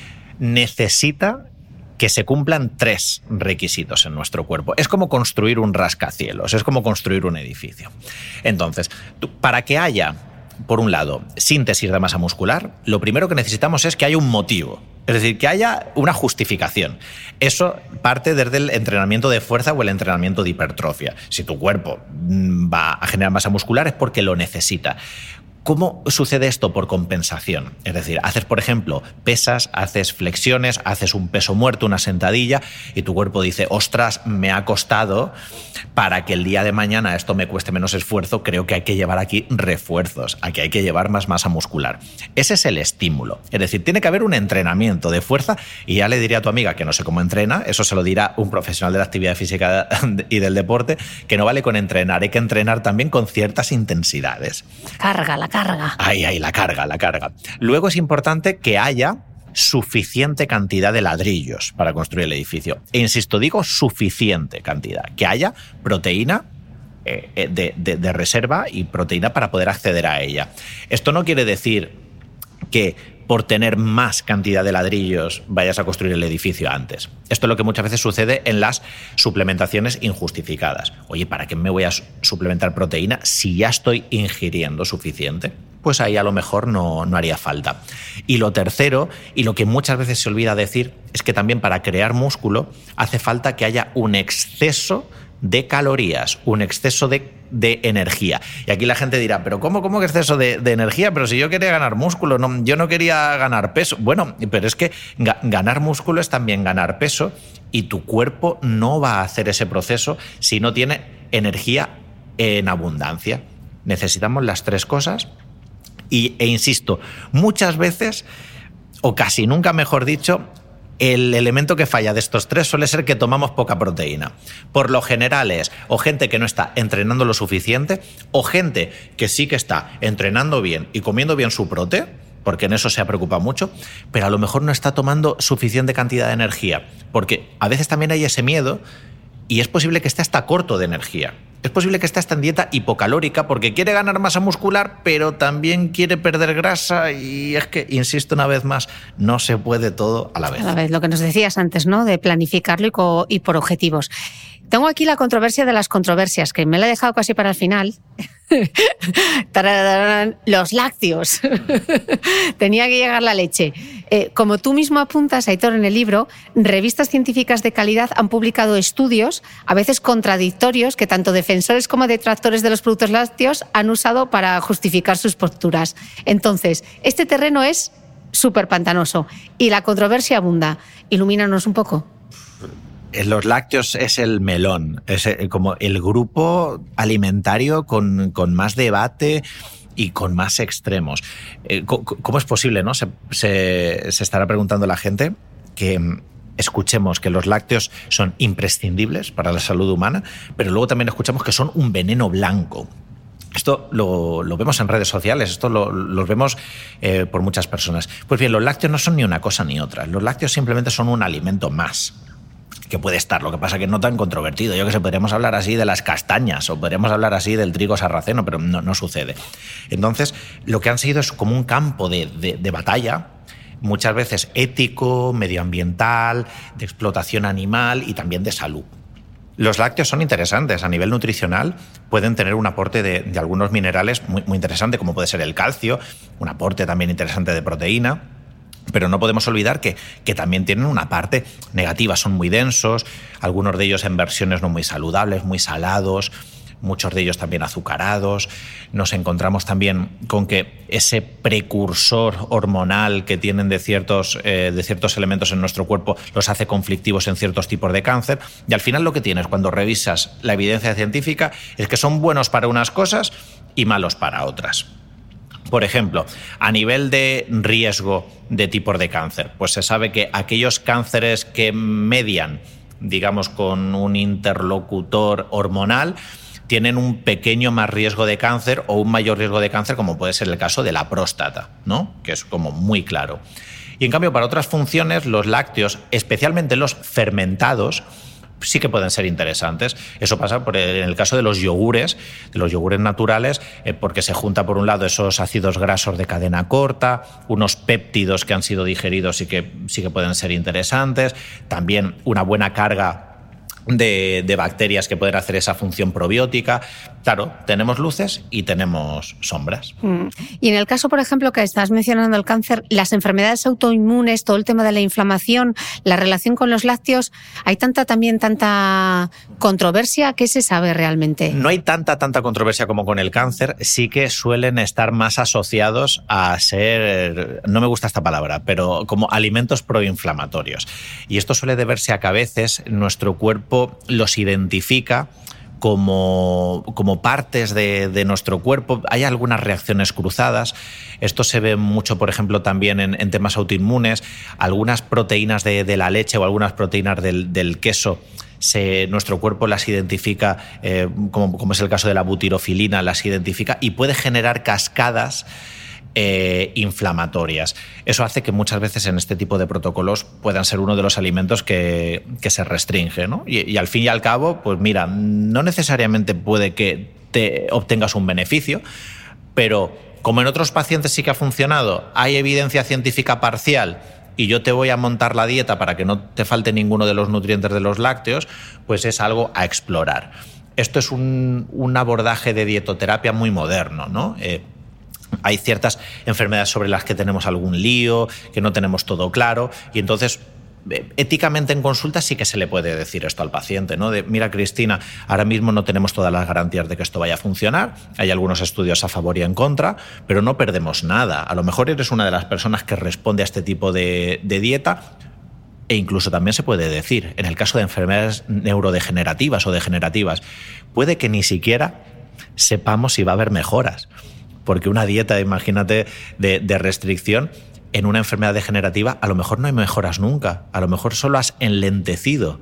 necesita que se cumplan tres requisitos en nuestro cuerpo. Es como construir un rascacielos, es como construir un edificio. Entonces, para que haya, por un lado, síntesis de masa muscular, lo primero que necesitamos es que haya un motivo. Es decir, que haya una justificación. Eso parte desde el entrenamiento de fuerza o el entrenamiento de hipertrofia. Si tu cuerpo va a generar masa muscular es porque lo necesita. ¿Cómo sucede esto? Por compensación. Es decir, haces, por ejemplo, pesas, haces flexiones, haces un peso muerto, una sentadilla, y tu cuerpo dice, ostras, me ha costado, para que el día de mañana esto me cueste menos esfuerzo, creo que hay que llevar aquí refuerzos, aquí hay que llevar más masa muscular. Ese es el estímulo. Es decir, tiene que haber un entrenamiento de fuerza, y ya le diría a tu amiga que no sé cómo entrena, eso se lo dirá un profesional de la actividad física y del deporte, que no vale con entrenar, hay que entrenar también con ciertas intensidades. Carga la carga. Ahí, ahí, la carga, la carga. Luego es importante que haya suficiente cantidad de ladrillos para construir el edificio. E insisto, digo suficiente cantidad. Que haya proteína eh, de, de, de reserva y proteína para poder acceder a ella. Esto no quiere decir que por tener más cantidad de ladrillos vayas a construir el edificio antes. Esto es lo que muchas veces sucede en las suplementaciones injustificadas. Oye, ¿para qué me voy a suplementar proteína si ya estoy ingiriendo suficiente? Pues ahí a lo mejor no, no haría falta. Y lo tercero, y lo que muchas veces se olvida decir, es que también para crear músculo hace falta que haya un exceso de calorías, un exceso de, de energía. Y aquí la gente dirá, ¿pero cómo, cómo que exceso de, de energía? Pero si yo quería ganar músculo, no, yo no quería ganar peso. Bueno, pero es que ga- ganar músculo es también ganar peso y tu cuerpo no va a hacer ese proceso si no tiene energía en abundancia. Necesitamos las tres cosas y, e insisto, muchas veces, o casi nunca mejor dicho, el elemento que falla de estos tres suele ser que tomamos poca proteína. Por lo general es o gente que no está entrenando lo suficiente o gente que sí que está entrenando bien y comiendo bien su prote, porque en eso se ha preocupado mucho, pero a lo mejor no está tomando suficiente cantidad de energía, porque a veces también hay ese miedo y es posible que esté hasta corto de energía. Es posible que esté hasta en dieta hipocalórica porque quiere ganar masa muscular, pero también quiere perder grasa y es que, insisto una vez más, no se puede todo a la vez. A la vez, lo que nos decías antes, ¿no? De planificarlo y, co- y por objetivos. Tengo aquí la controversia de las controversias, que me la he dejado casi para el final. Tarararán, los lácteos. Tenía que llegar la leche. Eh, como tú mismo apuntas, Aitor, en el libro, revistas científicas de calidad han publicado estudios, a veces contradictorios, que tanto defensores como detractores de los productos lácteos han usado para justificar sus posturas. Entonces, este terreno es súper pantanoso y la controversia abunda. Ilumínanos un poco. Los lácteos es el melón, es como el grupo alimentario con, con más debate y con más extremos. ¿Cómo es posible, no? Se, se, se estará preguntando la gente que escuchemos que los lácteos son imprescindibles para la salud humana, pero luego también escuchamos que son un veneno blanco. Esto lo, lo vemos en redes sociales, esto lo, lo vemos eh, por muchas personas. Pues bien, los lácteos no son ni una cosa ni otra. Los lácteos simplemente son un alimento más que puede estar, lo que pasa que no tan controvertido. Yo que sé, podríamos hablar así de las castañas o podríamos hablar así del trigo sarraceno, pero no, no sucede. Entonces, lo que han sido es como un campo de, de, de batalla, muchas veces ético, medioambiental, de explotación animal y también de salud. Los lácteos son interesantes a nivel nutricional, pueden tener un aporte de, de algunos minerales muy, muy interesante, como puede ser el calcio, un aporte también interesante de proteína. Pero no podemos olvidar que, que también tienen una parte negativa, son muy densos, algunos de ellos en versiones no muy saludables, muy salados, muchos de ellos también azucarados. Nos encontramos también con que ese precursor hormonal que tienen de ciertos, eh, de ciertos elementos en nuestro cuerpo los hace conflictivos en ciertos tipos de cáncer. Y al final lo que tienes cuando revisas la evidencia científica es que son buenos para unas cosas y malos para otras. Por ejemplo, a nivel de riesgo de tipos de cáncer, pues se sabe que aquellos cánceres que median, digamos, con un interlocutor hormonal, tienen un pequeño más riesgo de cáncer o un mayor riesgo de cáncer, como puede ser el caso de la próstata, ¿no? Que es como muy claro. Y en cambio, para otras funciones, los lácteos, especialmente los fermentados, sí que pueden ser interesantes. Eso pasa por el, en el caso de los yogures, de los yogures naturales, eh, porque se junta por un lado esos ácidos grasos de cadena corta, unos péptidos que han sido digeridos y que sí que pueden ser interesantes, también una buena carga de, de bacterias que pueden hacer esa función probiótica. Claro, tenemos luces y tenemos sombras. Mm. Y en el caso, por ejemplo, que estás mencionando el cáncer, las enfermedades autoinmunes, todo el tema de la inflamación, la relación con los lácteos, ¿hay tanta también tanta controversia? ¿Qué se sabe realmente? No hay tanta, tanta controversia como con el cáncer. Sí que suelen estar más asociados a ser, no me gusta esta palabra, pero como alimentos proinflamatorios. Y esto suele deberse a que a veces nuestro cuerpo los identifica como, como partes de, de nuestro cuerpo. Hay algunas reacciones cruzadas. Esto se ve mucho, por ejemplo, también en, en temas autoinmunes. Algunas proteínas de, de la leche o algunas proteínas del, del queso, se, nuestro cuerpo las identifica, eh, como, como es el caso de la butirofilina, las identifica y puede generar cascadas Eh, inflamatorias. Eso hace que muchas veces en este tipo de protocolos puedan ser uno de los alimentos que, que se restringe, ¿no? Y, y al fin y al cabo, pues mira, no necesariamente puede que te obtengas un beneficio, pero como en otros pacientes sí que ha funcionado, hay evidencia científica parcial y yo te voy a montar la dieta para que no te falte ninguno de los nutrientes de los lácteos, pues es algo a explorar. Esto es un, un abordaje de dietoterapia muy moderno, ¿no? Eh, Hay ciertas enfermedades sobre las que tenemos algún lío, que no tenemos todo claro, y entonces éticamente en consulta sí que se le puede decir esto al paciente, ¿no? De, mira, Cristina, ahora mismo no tenemos todas las garantías de que esto vaya a funcionar, hay algunos estudios a favor y en contra, pero no perdemos nada. A lo mejor eres una de las personas que responde a este tipo de, de dieta, e incluso también se puede decir, en el caso de enfermedades neurodegenerativas o degenerativas, puede que ni siquiera sepamos si va a haber mejoras, porque una dieta, imagínate, de, de restricción, en una enfermedad degenerativa a lo mejor no hay mejoras nunca, a lo mejor solo has enlentecido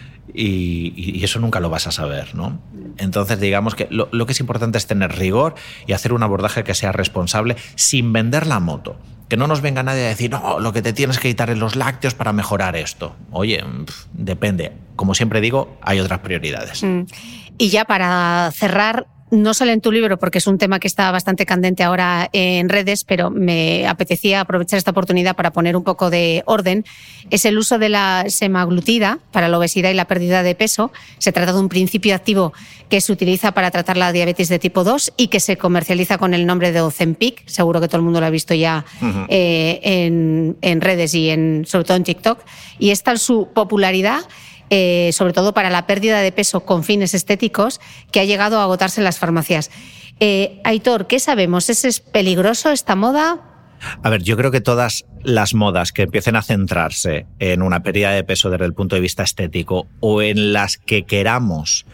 y, y eso nunca lo vas a saber, ¿no? Entonces, digamos que lo, lo que es importante es tener rigor y hacer un abordaje que sea responsable sin vender la moto. Que no nos venga nadie a decir, no, lo que te tienes que quitar es los lácteos para mejorar esto. Oye, pff, depende. Como siempre digo, hay otras prioridades. Mm. Y ya para cerrar, no sale en tu libro porque es un tema que está bastante candente ahora en redes, pero me apetecía aprovechar esta oportunidad para poner un poco de orden. Es el uso de la semaglutida para la obesidad y la pérdida de peso. Se trata de un principio activo que se utiliza para tratar la diabetes de tipo dos y que se comercializa con el nombre de Ozempic. Seguro que todo el mundo lo ha visto ya uh-huh. eh, en, en redes y en, sobre todo en TikTok. Y es tal su popularidad, Eh, sobre todo para la pérdida de peso con fines estéticos, que ha llegado a agotarse en las farmacias. Eh, Aitor, ¿qué sabemos? ¿Es, ¿Es peligroso esta moda? A ver, yo creo que todas las modas que empiecen a centrarse en una pérdida de peso desde el punto de vista estético o en las que queramos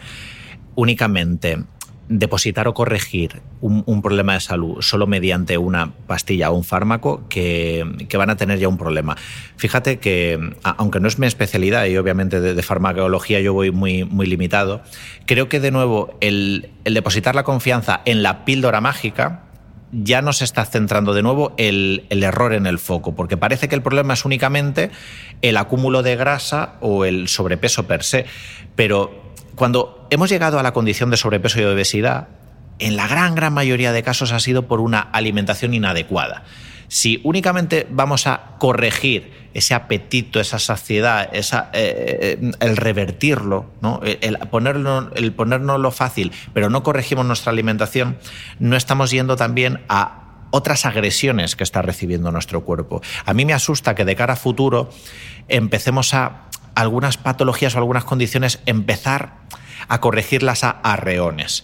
únicamente depositar o corregir un, un problema de salud solo mediante una pastilla o un fármaco, que, que van a tener ya un problema. Fíjate que, aunque no es mi especialidad y obviamente de, de farmacología yo voy muy, muy limitado, creo que de nuevo el, el depositar la confianza en la píldora mágica ya nos está centrando de nuevo el, el error en el foco, porque parece que el problema es únicamente el acúmulo de grasa o el sobrepeso per se, pero cuando hemos llegado a la condición de sobrepeso y de obesidad, en la gran, gran mayoría de casos ha sido por una alimentación inadecuada. Si únicamente vamos a corregir ese apetito, esa saciedad, esa, eh, el revertirlo, ¿no? el, el, ponerlo, el ponérnoslo fácil, pero no corregimos nuestra alimentación, no estamos yendo también a otras agresiones que está recibiendo nuestro cuerpo. A mí me asusta que de cara a futuro empecemos a algunas patologías o algunas condiciones empezar a corregirlas a arreones,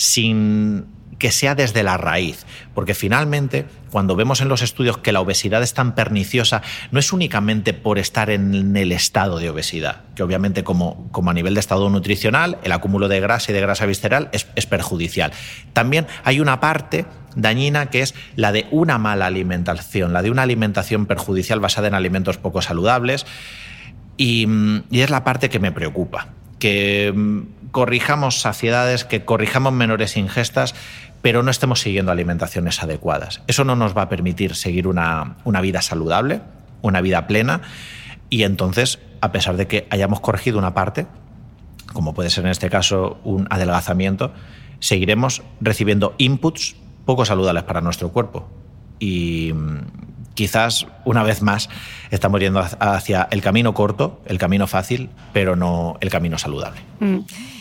sin que sea desde la raíz, porque finalmente cuando vemos en los estudios que la obesidad es tan perniciosa, no es únicamente por estar en el estado de obesidad, que obviamente como, como a nivel de estado nutricional, el acúmulo de grasa y de grasa visceral es, es perjudicial. También hay una parte dañina que es la de una mala alimentación, la de una alimentación perjudicial basada en alimentos poco saludables, y, y es la parte que me preocupa. Que corrijamos saciedades, que corrijamos menores ingestas, pero no estemos siguiendo alimentaciones adecuadas. Eso no nos va a permitir seguir una, una vida saludable, una vida plena, y entonces, a pesar de que hayamos corregido una parte, como puede ser en este caso un adelgazamiento, seguiremos recibiendo inputs poco saludables para nuestro cuerpo. Y quizás, una vez más, estamos yendo hacia el camino corto, el camino fácil, pero no el camino saludable. Mm.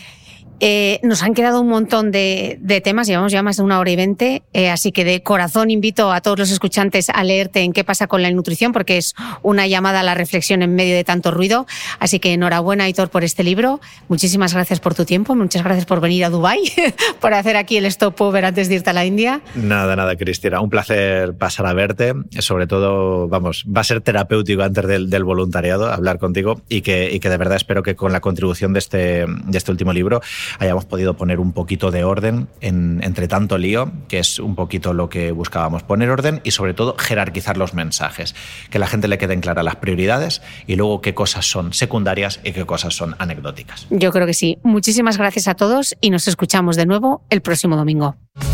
Eh, nos han quedado un montón de, de temas, llevamos ya más de una hora y veinte, eh, así que de corazón invito a todos los escuchantes a leerte en qué pasa con la nutrición, porque es una llamada a la reflexión en medio de tanto ruido. Así que enhorabuena, Aitor, por este libro. Muchísimas gracias por tu tiempo, muchas gracias por venir a Dubái, por hacer aquí el stopover antes de irte a la India. Nada, nada, Cristina, un placer pasar a verte, sobre todo, vamos, va a ser terapéutico antes del, del voluntariado hablar contigo, y que, y que de verdad espero que con la contribución de este, de este último libro hayamos podido poner un poquito de orden en, entre tanto lío, que es un poquito lo que buscábamos, poner orden y sobre todo jerarquizar los mensajes, que a la gente le queden claras las prioridades y luego qué cosas son secundarias y qué cosas son anecdóticas. Yo creo que sí. Muchísimas gracias a todos y nos escuchamos de nuevo el próximo domingo.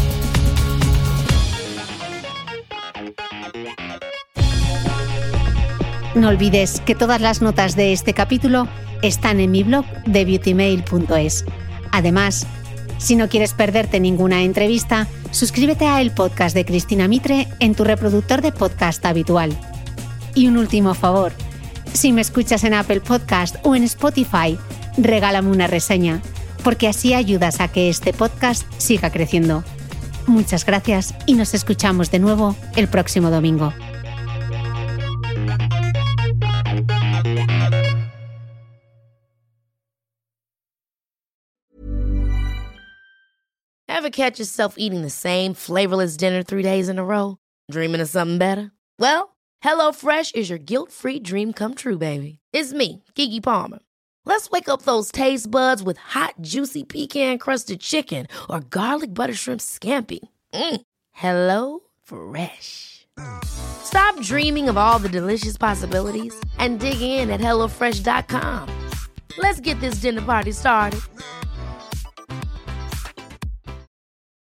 No olvides que todas las notas de este capítulo están en mi blog de beauty mail punto es. Además, si no quieres perderte ninguna entrevista, suscríbete a el podcast de Cristina Mitre en tu reproductor de podcast habitual. Y un último favor, si me escuchas en Apple Podcast o en Spotify, regálame una reseña, porque así ayudas a que este podcast siga creciendo. Muchas gracias y nos escuchamos de nuevo el próximo domingo. Ever catch yourself eating the same flavorless dinner three days in a row? Dreaming of something better? Well, HelloFresh is your guilt-free dream come true, baby. It's me, Keke Palmer. Let's wake up those taste buds with hot, juicy pecan-crusted chicken or garlic butter shrimp scampi. Mm. Hello Fresh. Stop dreaming of all the delicious possibilities and dig in at hello fresh dot com. Let's get this dinner party started.